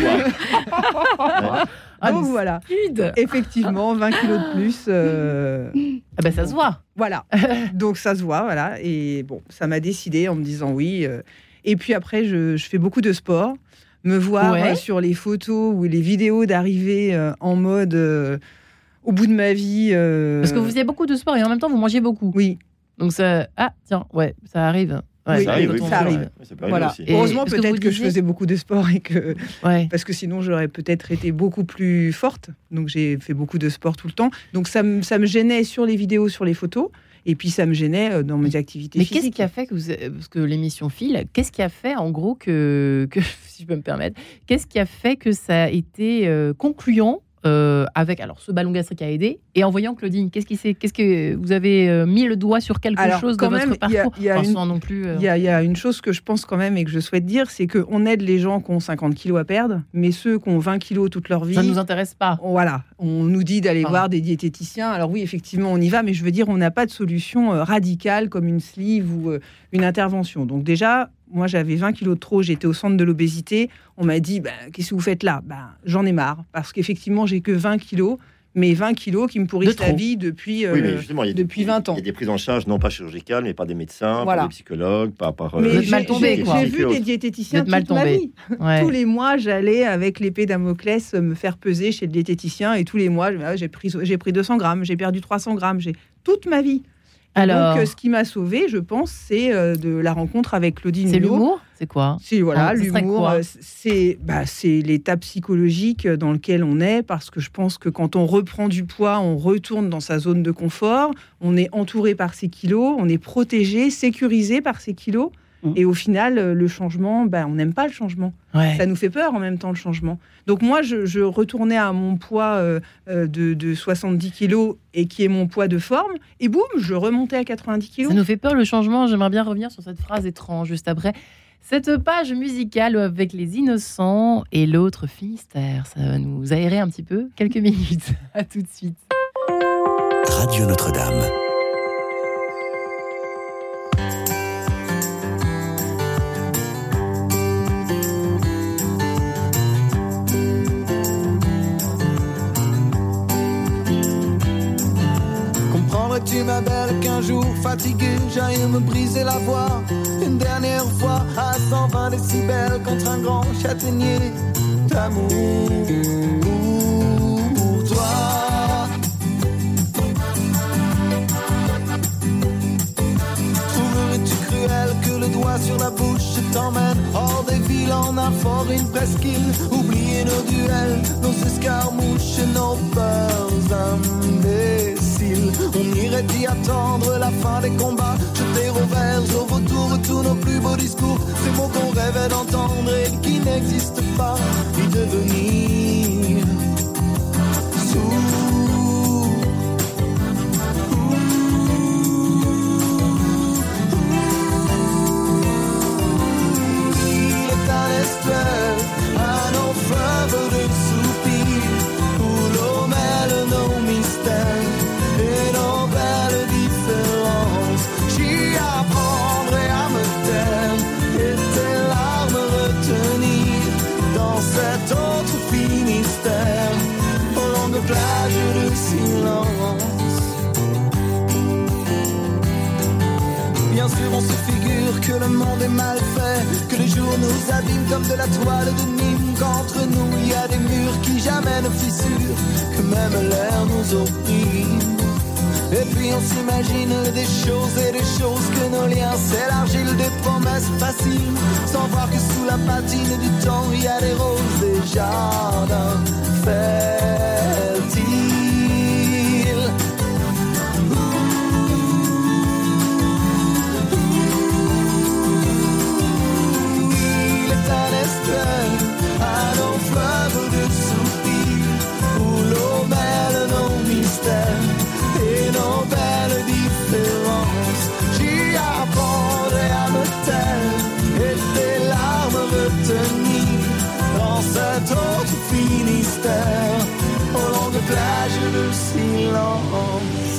poids. Donc voilà, effectivement, 20 kilos de plus. Ça se voit. Voilà, donc ça se voit, voilà. Et bon, ça m'a décidé en me disant oui. Et puis après, je fais beaucoup de sport. Me voir sur les photos ou les vidéos d'arrivée en mode au bout de ma vie. Parce que vous faisiez beaucoup de sport et en même temps, vous mangez beaucoup. Oui. Donc ça... Ah, tiens, ça arrive. Ouais, ça arrive. Voilà. Heureusement, peut-être que je faisais beaucoup de sport et que parce que sinon j'aurais peut-être été beaucoup plus forte. Donc j'ai fait beaucoup de sport tout le temps. Donc ça me gênait sur les vidéos, sur les photos, et puis ça me gênait dans mes activités physiques. Mais qu'est-ce qui a fait parce que l'émission file, qu'est-ce qui a fait en gros que si je peux me permettre, qu'est-ce qui a fait que ça a été concluant? Avec ce ballon gastrique a aidé, et en voyant Claudine, qu'est-ce que vous avez mis le doigt sur quelque chose dans votre parcours? Il y a une chose que je pense quand même et que je souhaite dire, c'est qu'on aide les gens qui ont 50 kilos à perdre, mais ceux qui ont 20 kilos toute leur vie, ça ne nous intéresse pas. Voilà, on nous dit d'aller voir des diététiciens. Alors oui, effectivement, on y va, mais je veux dire, on n'a pas de solution radicale comme une sleeve ou une intervention. Donc déjà, moi, j'avais 20 kilos de trop, j'étais au centre de l'obésité. On m'a dit, qu'est-ce que vous faites là? J'en ai marre, parce qu'effectivement, j'ai que 20 kilos, mais 20 kilos qui me pourrissent la vie depuis 20 ans. Il y a des prises en charge, non pas chirurgicales, mais par des médecins, par des psychologues, par... Mais j'ai vu des diététiciens toute ma vie. Ouais. Tous les mois, j'allais avec l'épée Damoclès me faire peser chez le diététicien, et tous les mois, j'ai pris 200 grammes, j'ai perdu 300 grammes, toute ma vie. Alors, donc, ce qui m'a sauvée, je pense, c'est de la rencontre avec Claudine Hulot. C'est l'humour? C'est quoi? C'est l'humour. C'est l'état psychologique dans lequel on est, parce que je pense que quand on reprend du poids, on retourne dans sa zone de confort, on est entouré par ses kilos, on est protégé, sécurisé par ses kilos. Et au final, le changement, on n'aime pas le changement. Ouais. Ça nous fait peur en même temps, le changement. Donc moi, je retournais à mon poids de 70 kilos et qui est mon poids de forme. Et boum, je remontais à 90 kilos. Ça nous fait peur, le changement. J'aimerais bien revenir sur cette phrase étrange juste après. Cette page musicale avec les Innocents et l'autre Finistère, ça va nous aérer un petit peu. Quelques minutes. À tout de suite. Radio Notre-Dame. Tu ma belle qu'un jour fatigué j'aille me briser la voix une dernière fois à 120 décibels contre un grand châtaignier d'amour pour toi. Trouverais-tu cruel que le doigt sur la bouche t'emmène hors des villes en un fort, une presqu'île? Oublier nos duels, nos escarmouches, nos peurs imbéciles. On irait y attendre la fin des combats, jeter au vert, au retour tous nos plus beaux discours, ces mots qu'on rêvait d'entendre et qui n'existent pas, y devenir sourd. Il est un estuaire, à nos fleuves de soupirs, où l'eau mêle nos mystères et nos belles différences. J'y apprendrai à me taire et tes larmes retenir dans cet autre Finistère, aux longues plages de silence. Bien sûr on se figure que le monde est mal fait, que les jours nous abîment comme de la toile de Nîmes, qu'entre nous il y a des murs qui jamais ne fissurent, que même l'air nous opprime. Et puis on s'imagine des choses et des choses, que nos liens s'élargissent, des promesses faciles, sans voir que sous la patine du temps il y a des roses, des jardins fertiles. Il est un estuaire à nos fleuves de soupirs, où l'eau mêle nos mystères et nos belles différences. J'y apprendrai à me taire et tes larmes retenir dans cet autre Finistère, aux longues plages de silence.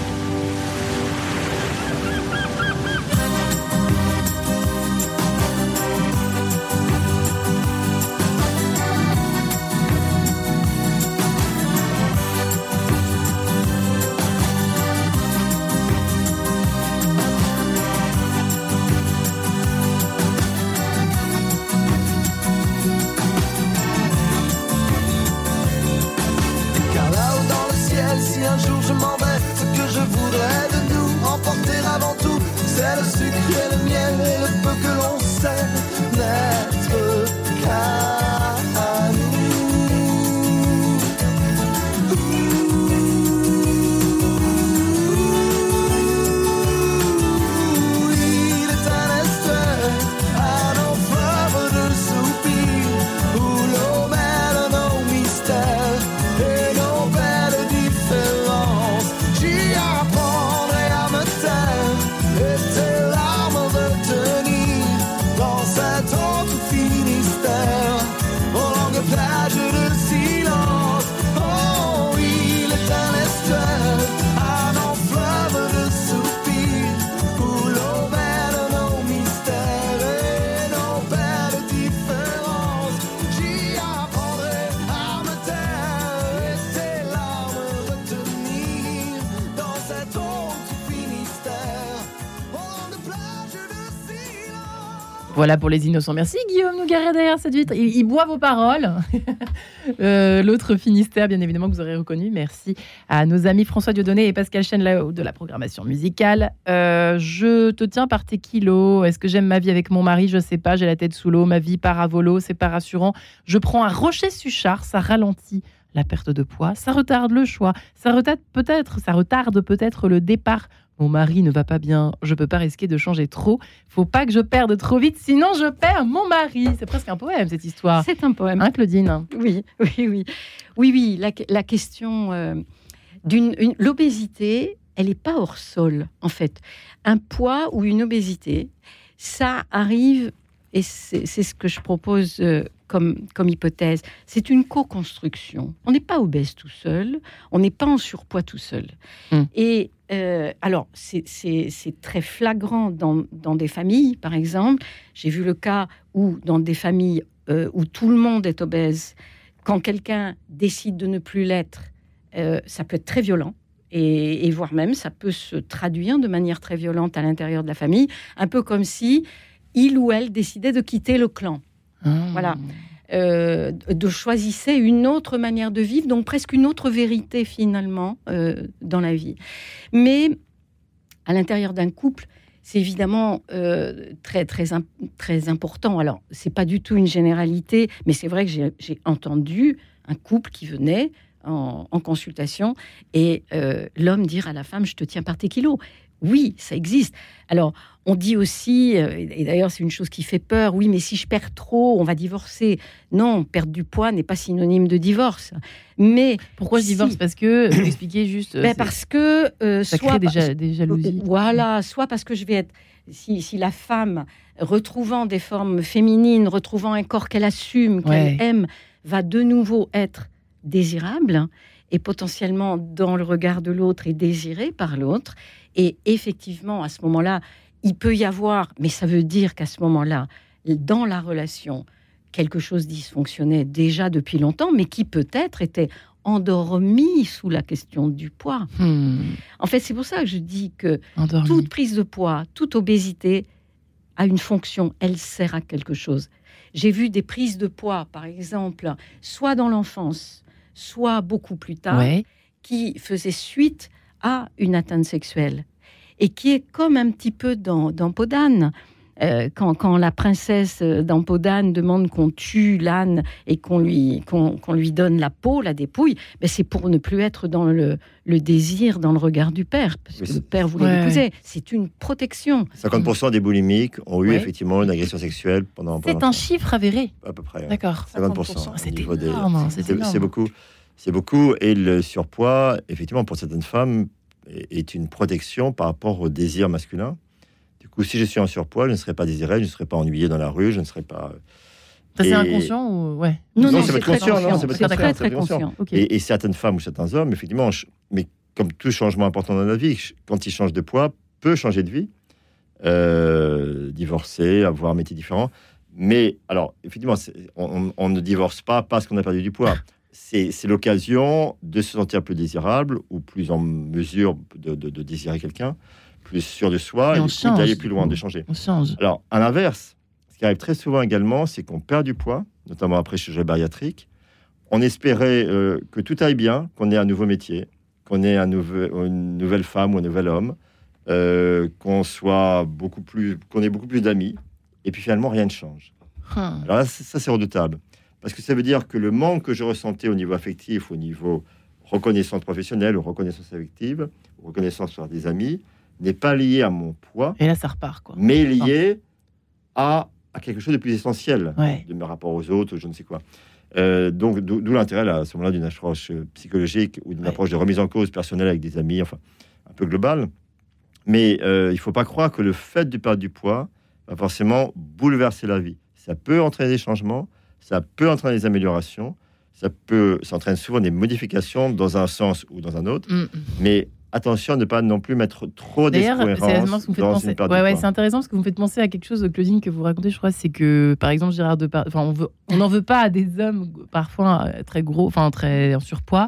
Si un jour je m'en vais, ce que je voudrais de nous emporter avant tout, c'est le sucre et le miel et le peu que l'on sait n'être qu'à nous. Il est un estuaire à nos fleuves de soupirs, où l'eau mêle nos mystères et nos belles différences. J'y apprendrai à me taire et tes larmes retenir dans cet autre Finistère, aux longues plages de silence. Oh, il est un estuaire à nos fleuves de soupirs, où l'eau mêle nos mystères et nos belles différences. J'y apprendrai à me taire et tes larmes retenir dans cet autre Finistère, aux longues plages de silence. Voilà pour les Innocents. Merci Guillaume Nougaret derrière cette vitre. Il boit vos paroles. L'autre Finistère, bien évidemment, que vous aurez reconnu. Merci à nos amis François Dieudonné et Pascal Chen là-haut de la programmation musicale. Je te tiens par tes kilos. Est-ce que j'aime ma vie avec mon mari? Je sais pas, j'ai la tête sous l'eau. Ma vie part à volo, c'est pas rassurant. Je prends un Rocher-Suchard, ça ralentit la perte de poids, ça retarde le choix, ça retarde peut-être le départ. Mon mari ne va pas bien, je peux pas risquer de changer trop. Faut pas que je perde trop vite, sinon je perds mon mari. C'est presque un poème cette histoire. C'est un poème. Hein, Claudine? Oui. La question l'obésité, elle n'est pas hors sol en fait. Un poids ou une obésité, ça arrive et c'est ce que je propose comme hypothèse, c'est une co-construction. On n'est pas obèse tout seul, on n'est pas en surpoids tout seul. Et alors, c'est très flagrant dans des familles, par exemple. J'ai vu le cas où, dans des familles où tout le monde est obèse, quand quelqu'un décide de ne plus l'être, ça peut être très violent. Et voire même, ça peut se traduire de manière très violente à l'intérieur de la famille, un peu comme si il ou elle décidait de quitter le clan. Voilà. De choisissait une autre manière de vivre, donc presque une autre vérité finalement dans la vie. Mais à l'intérieur d'un couple, c'est évidemment très important. Alors, c'est pas du tout une généralité, mais c'est vrai que j'ai entendu un couple qui venait en consultation et l'homme dire à la femme « je te tiens par tes kilos ». Oui, ça existe. Alors, on dit aussi, et d'ailleurs c'est une chose qui fait peur, oui, mais si je perds trop, on va divorcer. Non, perdre du poids n'est pas synonyme de divorce. Mais pourquoi je divorce ? Parce que, expliquez juste... parce que... ça crée des jalousies. Voilà, soit parce que je vais être... Si la femme, retrouvant des formes féminines, retrouvant un corps qu'elle assume, qu'elle aime, va de nouveau être désirable et potentiellement dans le regard de l'autre et désirée par l'autre. Et effectivement, à ce moment-là, il peut y avoir, mais ça veut dire qu'à ce moment-là, dans la relation, quelque chose dysfonctionnait déjà depuis longtemps, mais qui peut-être était endormi sous la question du poids. En fait, c'est pour ça que je dis que toute prise de poids, toute obésité a une fonction, elle sert à quelque chose. J'ai vu des prises de poids, par exemple, soit dans l'enfance, soit beaucoup plus tard, qui faisaient suite à une atteinte sexuelle et qui est comme un petit peu dans Peau d'âne. Quand la princesse dans Peau d'âne demande qu'on tue l'âne et qu'on lui donne la peau, la dépouille, ben c'est pour ne plus être dans le désir, dans le regard du père, parce que le père voulait l'épouser. C'est une protection. 50% des boulimiques ont eu effectivement une agression sexuelle pendant... C'est un chiffre avéré. À peu près. D'accord. 50%. C'est énorme. C'est beaucoup. C'est beaucoup. Et le surpoids, effectivement, pour certaines femmes, est une protection par rapport au désir masculin. Du coup, si je suis en surpoids, je ne serai pas désiré, je ne serai pas ennuyé dans la rue, je ne serai pas... Ça, c'est inconscient ou... Non, c'est conscient. Très conscient. Et certaines femmes ou certains hommes, effectivement, mais comme tout changement important dans la vie, quand ils changent de poids, peut changer de vie, divorcer, avoir un métier différent. Mais, alors, effectivement, on ne divorce pas parce qu'on a perdu du poids. C'est l'occasion de se sentir plus désirable ou plus en mesure de désirer quelqu'un, plus sûr de soi et d'aller plus loin, de changer. On change. Alors, à l'inverse, ce qui arrive très souvent également, c'est qu'on perd du poids, notamment après chirurgie bariatrique. On espérait que tout aille bien, qu'on ait un nouveau métier, qu'on ait une nouvelle femme ou un nouvel homme, qu'on ait beaucoup plus d'amis, et puis finalement, rien ne change. Alors là, ça, c'est redoutable. Parce que ça veut dire que le manque que je ressentais au niveau affectif, au niveau reconnaissance professionnelle ou reconnaissance affective, ou reconnaissance sur des amis, n'est pas lié à mon poids. Et là, ça repart, quoi. Mais lié à quelque chose de plus essentiel, de mes rapports aux autres, je ne sais quoi. Donc, d'où l'intérêt, là, à ce moment-là, d'une approche psychologique ou d'une approche de remise en cause personnelle avec des amis, enfin, un peu globale. Mais il ne faut pas croire que le fait de perdre du poids va forcément bouleverser la vie. Ça peut entraîner des changements, ça peut entraîner des améliorations, ça entraîne souvent des modifications dans un sens ou dans un autre. Mais attention à ne pas non plus mettre trop d'expérience dans une perte de poids. C'est intéressant parce que vous me faites penser à quelque chose, Claudine, que vous racontez, je crois, c'est que, par exemple, Gérard Depardieu, on n'en veut pas à des hommes parfois très gros, enfin très en surpoids,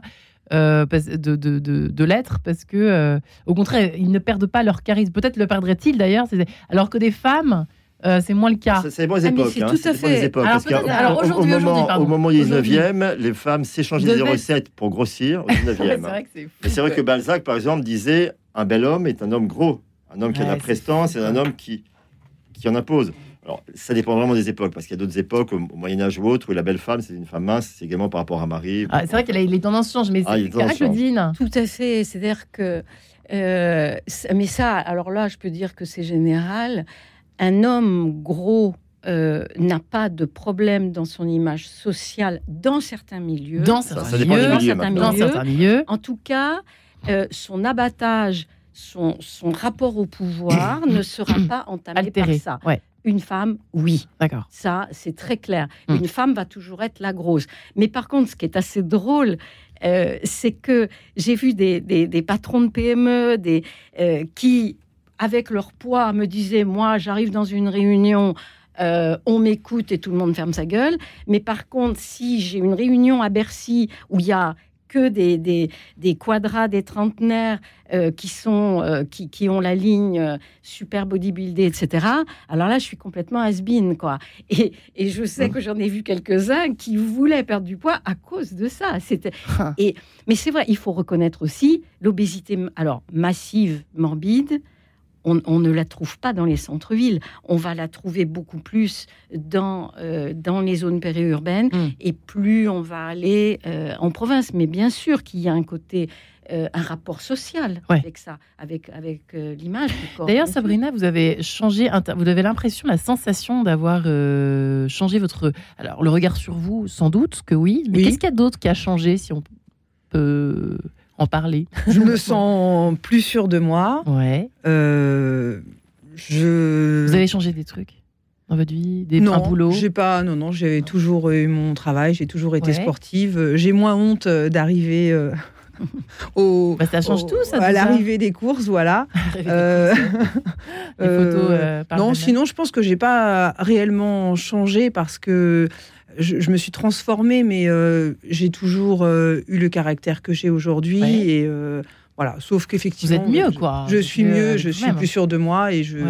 de l'être, parce que, au contraire, ils ne perdent pas leur charisme. Peut-être le perdraient-ils d'ailleurs, alors que des femmes... c'est moins le cas. C'est les bonnes époques. C'est tout à fait. Alors, aujourd'hui, au moment du 19e, les femmes s'échangeaient des recettes pour grossir au 19e. C'est vrai que Balzac, par exemple, disait un bel homme est un homme gros. Un homme qui a de la prestance, c'est un homme qui en impose. Alors, ça dépend vraiment des époques, parce qu'il y a d'autres époques, au Moyen-Âge ou autre, où la belle femme, c'est une femme mince, c'est également par rapport à Marie. C'est vrai que les tendances changent, mais c'est vrai, Claudine. Tout à fait. C'est-à-dire que... mais ça, alors là, je peux dire que c'est général. Un homme gros n'a pas de problème dans son image sociale dans certains milieux. Dans certains milieux. En tout cas, son abattage, son rapport au pouvoir ne sera pas entamé par ça. une femme, oui. D'accord. Ça, c'est très clair. Une femme va toujours être la grosse. Mais par contre, ce qui est assez drôle, c'est que j'ai vu des patrons de PME qui, avec leur poids, me disaient, moi, j'arrive dans une réunion, on m'écoute et tout le monde ferme sa gueule. Mais par contre, si j'ai une réunion à Bercy où il y a que des quadras, des trentenaires qui ont la ligne super bodybuildée, etc. Alors là, je suis complètement has-been, quoi. Et je sais que j'en ai vu quelques-uns qui voulaient perdre du poids à cause de ça. Mais c'est vrai, il faut reconnaître aussi l'obésité, alors massive, morbide. On ne la trouve pas dans les centres-villes. On va la trouver beaucoup plus dans les zones périurbaines. Et plus on va aller en province. Mais bien sûr qu'il y a un côté, un rapport social avec ça, avec l'image du corps. D'ailleurs, Sabrina, vous avez changé, vous avez l'impression, la sensation d'avoir changé alors, le regard sur vous, sans doute que oui. Mais qu'est-ce qu'il y a d'autre qui a changé, si on peut en parler? Je me sens plus sûre de moi. Ouais. Vous avez changé des trucs dans votre vie, un boulot? Non, j'ai toujours eu mon travail, j'ai toujours été sportive. J'ai moins honte d'arriver ça change tout, ça. À l'arrivée des courses, voilà. Les photos. Non, sinon, je pense que j'ai pas réellement changé parce que je me suis transformée, mais j'ai toujours eu le caractère que j'ai aujourd'hui. Et voilà, sauf qu'effectivement, vous êtes mieux, quoi. Je suis mieux, je suis plus sûre de moi et je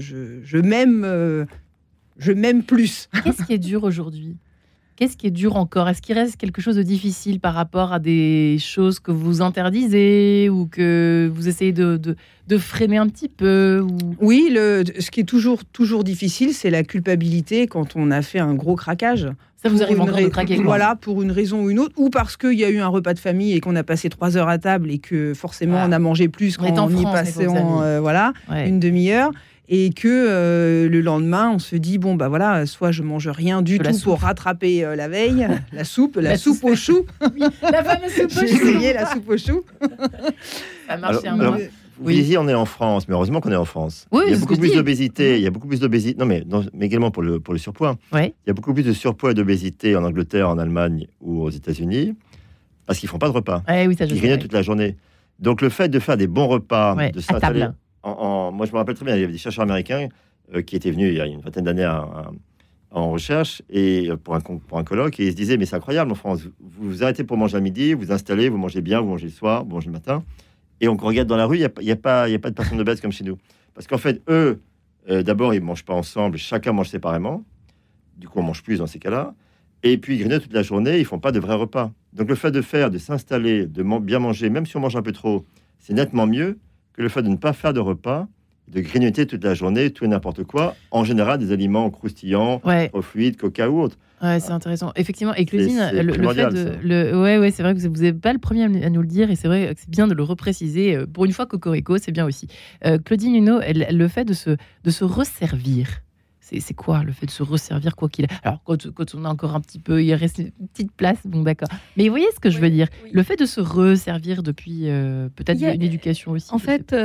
m'aime plus. Qu'est-ce qui est dur aujourd'hui? Qu'est-ce qui est dur encore? Est-ce qu'il reste quelque chose de difficile par rapport à des choses que vous interdisez ou que vous essayez de freiner un petit peu Oui, ce qui est toujours difficile, c'est la culpabilité quand on a fait un gros craquage. Ça vous arrive encore de craquer? Voilà, pour une raison ou une autre, ou parce qu'il y a eu un repas de famille et qu'on a passé 3 heures à table et que forcément on a mangé plus quand on y passait une demi-heure. Et que le lendemain, on se dit, bon, bah voilà, soit je mange rien du tout pour rattraper la veille, la soupe aux choux. Oui, la fameuse soupe aux choux. J'ai essayé la soupe aux choux. Ça marche alors, vous disiez, on est en France, mais heureusement qu'on est en France. Oui, il y a beaucoup plus d'obésité. Il y a beaucoup plus d'obésité. Non, mais également pour le surpoids. Ouais. Il y a beaucoup plus de surpoids et d'obésité en Angleterre, en Allemagne ou aux États-Unis parce qu'ils font pas de repas. Oui, ça, ils grignotent toute la journée. Donc le fait de faire des bons repas, de s'installer. Moi, je me rappelle très bien, il y avait des chercheurs américains qui étaient venus il y a une vingtaine d'années en recherche et pour un colloque, et ils se disaient, mais c'est incroyable en France, vous arrêtez pour manger à midi, vous installez, vous mangez bien, vous mangez le soir, vous mangez le matin, et on regarde dans la rue, il n'y a pas de personnes obèses comme chez nous. Parce qu'en fait, eux, d'abord, ils ne mangent pas ensemble, chacun mange séparément, du coup, on mange plus dans ces cas-là, et puis ils grignotent toute la journée, ils ne font pas de vrais repas. Donc le fait de s'installer, de bien manger, même si on mange un peu trop, c'est nettement mieux que le fait de ne pas faire de repas, de grignoter toute la journée, tout et n'importe quoi, en général des aliments croustillants, trop fluides, coca ou autre. Ouais, c'est intéressant. Effectivement, et Claudine, le fait de... c'est vrai que vous n'êtes pas le premier à nous le dire, et c'est vrai que c'est bien de le repréciser. Pour une fois, Cocorico, c'est bien aussi. Claudine Huneau, le fait de se resservir, c'est quoi le fait de se resservir, quoi qu'il ait? Alors, quand on a encore un petit peu, il reste une petite place, bon d'accord. Mais vous voyez ce que je veux dire? Oui. Le fait de se resservir depuis peut-être une éducation aussi. En fait,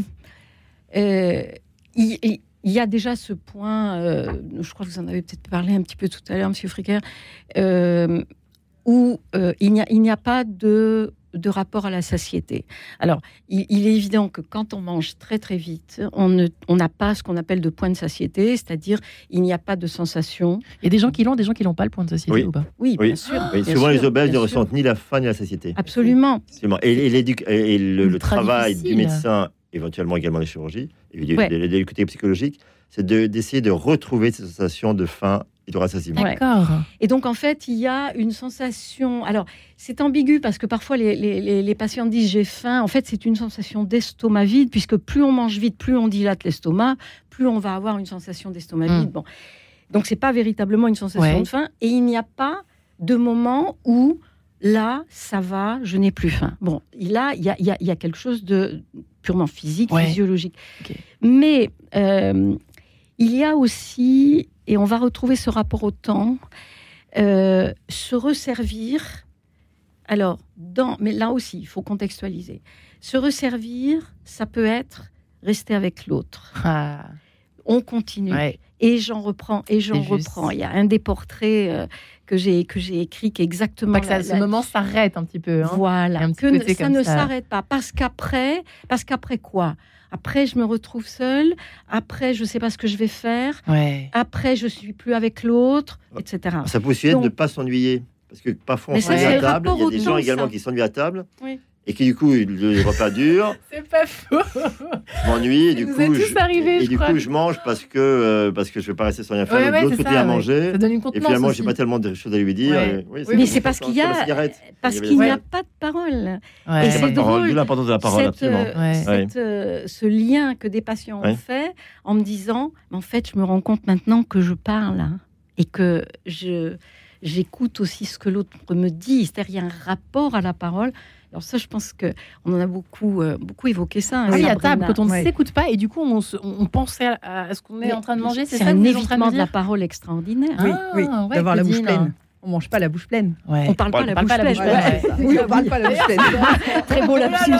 il y a déjà ce point, je crois que vous en avez peut-être parlé un petit peu tout à l'heure, Monsieur Fricker, où il n'y a pas de rapport à la satiété. Alors, il est évident que quand on mange très très vite, on n'a pas ce qu'on appelle de point de satiété, c'est-à-dire il n'y a pas de sensation. Il y a des gens qui l'ont, des gens qui l'ont pas, le point de satiété ou pas? Oui, bien sûr. Oui, bien souvent sûr, les obèses ne ressentent ni la faim ni la satiété. Absolument. Et le travail du médecin, éventuellement également des chirurgies, et des côtés psychologiques, c'est d'essayer de retrouver cette sensation de faim et de rassasiement. D'accord. Et donc, en fait, il y a une sensation... Alors, c'est ambigu parce que parfois, les patients disent « j'ai faim ». En fait, c'est une sensation d'estomac vide, puisque plus on mange vite, plus on dilate l'estomac, plus on va avoir une sensation d'estomac vide. Bon. Donc, c'est pas véritablement une sensation de faim. Et il n'y a pas de moment où, là, ça va, je n'ai plus faim. Bon, là, il y a quelque chose de purement physique, physiologique. Okay. Mais il y a aussi... Et on va retrouver ce rapport au temps, se resservir. Alors, mais là aussi, il faut contextualiser. Se resservir, ça peut être rester avec l'autre. on continue. Ouais. Et j'en reprends, et j'en reprends. Il y a un des portraits que j'ai écrit qui est exactement... ce moment s'arrête un petit peu. Hein. Voilà, que ça ne s'arrête pas. Parce qu'après quoi ? Après, je me retrouve seule. Après, je ne sais pas ce que je vais faire. Ouais. Après, je ne suis plus avec l'autre, etc. Ça peut aussi être de ne pas s'ennuyer. Parce que parfois, on s'ennuie à table. Il y a des gens également qui s'ennuient à table. Oui. Et qui, du coup, le repas dure. C'est pas faux. Je m'ennuie. Et du coup, je mange parce que je ne vais pas rester sans rien faire. L'autre côté à manger. Ça donne une contenance. Et finalement, je n'ai pas tellement de choses à lui dire. Ouais. Mais c'est parce qu'il y a... Parce qu'il n'y a pas de parole. Ouais. Et c'est drôle. D'où l'importance de la parole, absolument. Ce lien que des patients ont fait en me disant, en fait, je me rends compte maintenant que je parle hein, et que j'écoute aussi ce que l'autre me dit. C'est-à-dire, il y a un rapport à la parole. Alors ça, je pense qu'on en a beaucoup évoqué ça. Oui, à table, quand on ne s'écoute pas, et du coup, on pense à ce qu'on est en train de manger. C'est un évitement de la parole extraordinaire. Oui, d'avoir la bouche pleine. On mange pas la bouche pleine. Ouais. On parle pas la bouche pleine. Oui, on parle pas la bouche pleine. Très beau lapsus.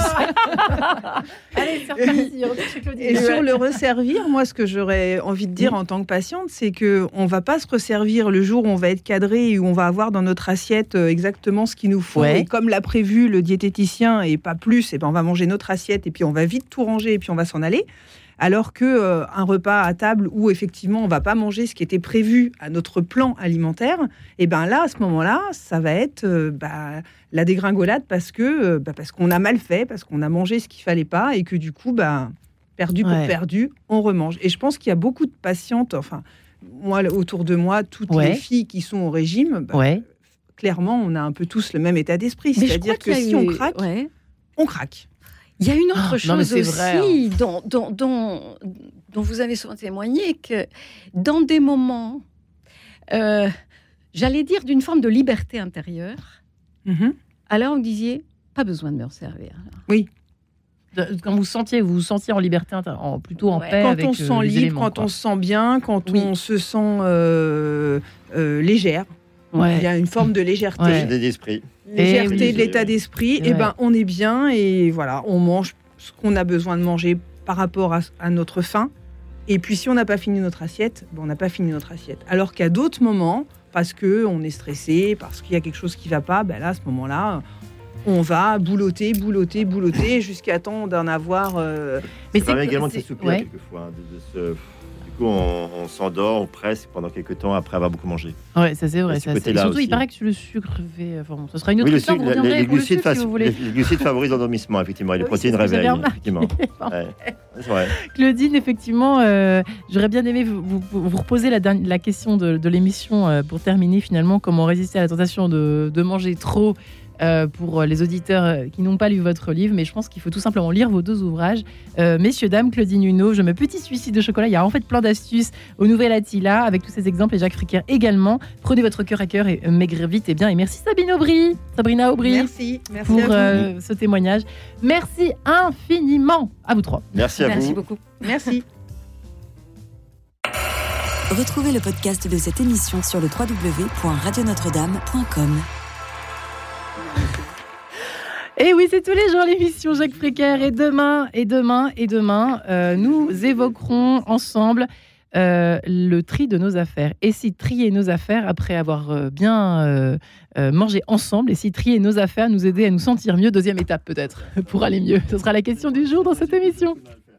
Allez, c'est reparti. Et sur le resservir, moi, ce que j'aurais envie de dire en tant que patiente, c'est que on va pas se resservir le jour où on va être cadré et où on va avoir dans notre assiette exactement ce qu'il nous faut. Ouais. Et comme l'a prévu le diététicien et pas plus, et ben on va manger notre assiette et puis on va vite tout ranger et puis on va s'en aller. Alors que un repas à table où effectivement on va pas manger ce qui était prévu à notre plan alimentaire, et ben là à ce moment-là, ça va être la dégringolade parce qu'on a mal fait, parce qu'on a mangé ce qu'il fallait pas et que du coup perdu pour perdu, on remange. Et je pense qu'il y a beaucoup de patientes, enfin moi autour de moi, toutes les filles qui sont au régime, clairement on a un peu tous le même état d'esprit, c'est-à-dire que si on craque, on craque. Il y a une autre chose aussi dont vous avez souvent témoigné, que dans des moments, j'allais dire d'une forme de liberté intérieure, alors vous disiez, pas besoin de me resservir. Oui. Quand vous vous sentiez en liberté, plutôt en paix quand avec on se sent libre, éléments, quand on se sent bien, quand on se sent légère. Ouais. Il y a une forme de légèreté. D'esprit. Légèreté de l'état d'esprit. Et ben, on est bien et voilà, on mange ce qu'on a besoin de manger par rapport à notre faim. Et puis, si on n'a pas fini notre assiette, on n'a pas fini notre assiette. Alors qu'à d'autres moments, parce qu'on est stressé, parce qu'il y a quelque chose qui ne va pas, là, à ce moment-là, on va boulotter jusqu'à temps d'en avoir... Mais ça permet également de s'assoupir quelquefois, on s'endort, on presse pendant quelques temps après avoir beaucoup mangé. Ouais, ça c'est vrai. Surtout, il paraît que le sucre fait... Enfin, ce sera une autre histoire, vous reviendrez pour le sucre, si vous voulez. Les glucides favorisent l'endormissement, effectivement, et les protéines réveillent, effectivement. C'est vrai. Claudine, effectivement, j'aurais bien aimé vous reposer la question de l'émission pour terminer, finalement, comment résister à la tentation de manger trop pour les auditeurs qui n'ont pas lu votre livre, mais je pense qu'il faut tout simplement lire vos 2 ouvrages. Messieurs, dames, Claudine Huneau, Je me petit suicide de chocolat. Il y a en fait plein d'astuces au Nouvel Attila avec tous ces exemples, et Jacques Fricker également. Prenez votre cœur à cœur et maigrez vite et bien. Et merci Sabrina Aubry. Merci pour ce témoignage. Merci infiniment à vous 3. Merci à vous. Merci beaucoup. Merci. Retrouvez le podcast de cette émission sur le www.radionotre-dame.com. Et oui, c'est tous les jours l'émission Jacques Fricker. Et demain, nous évoquerons ensemble le tri de nos affaires. Et si trier nos affaires après avoir bien mangé ensemble, et si trier nos affaires nous aider à nous sentir mieux, 2e étape peut-être, pour aller mieux. Ce sera la question du jour dans cette émission.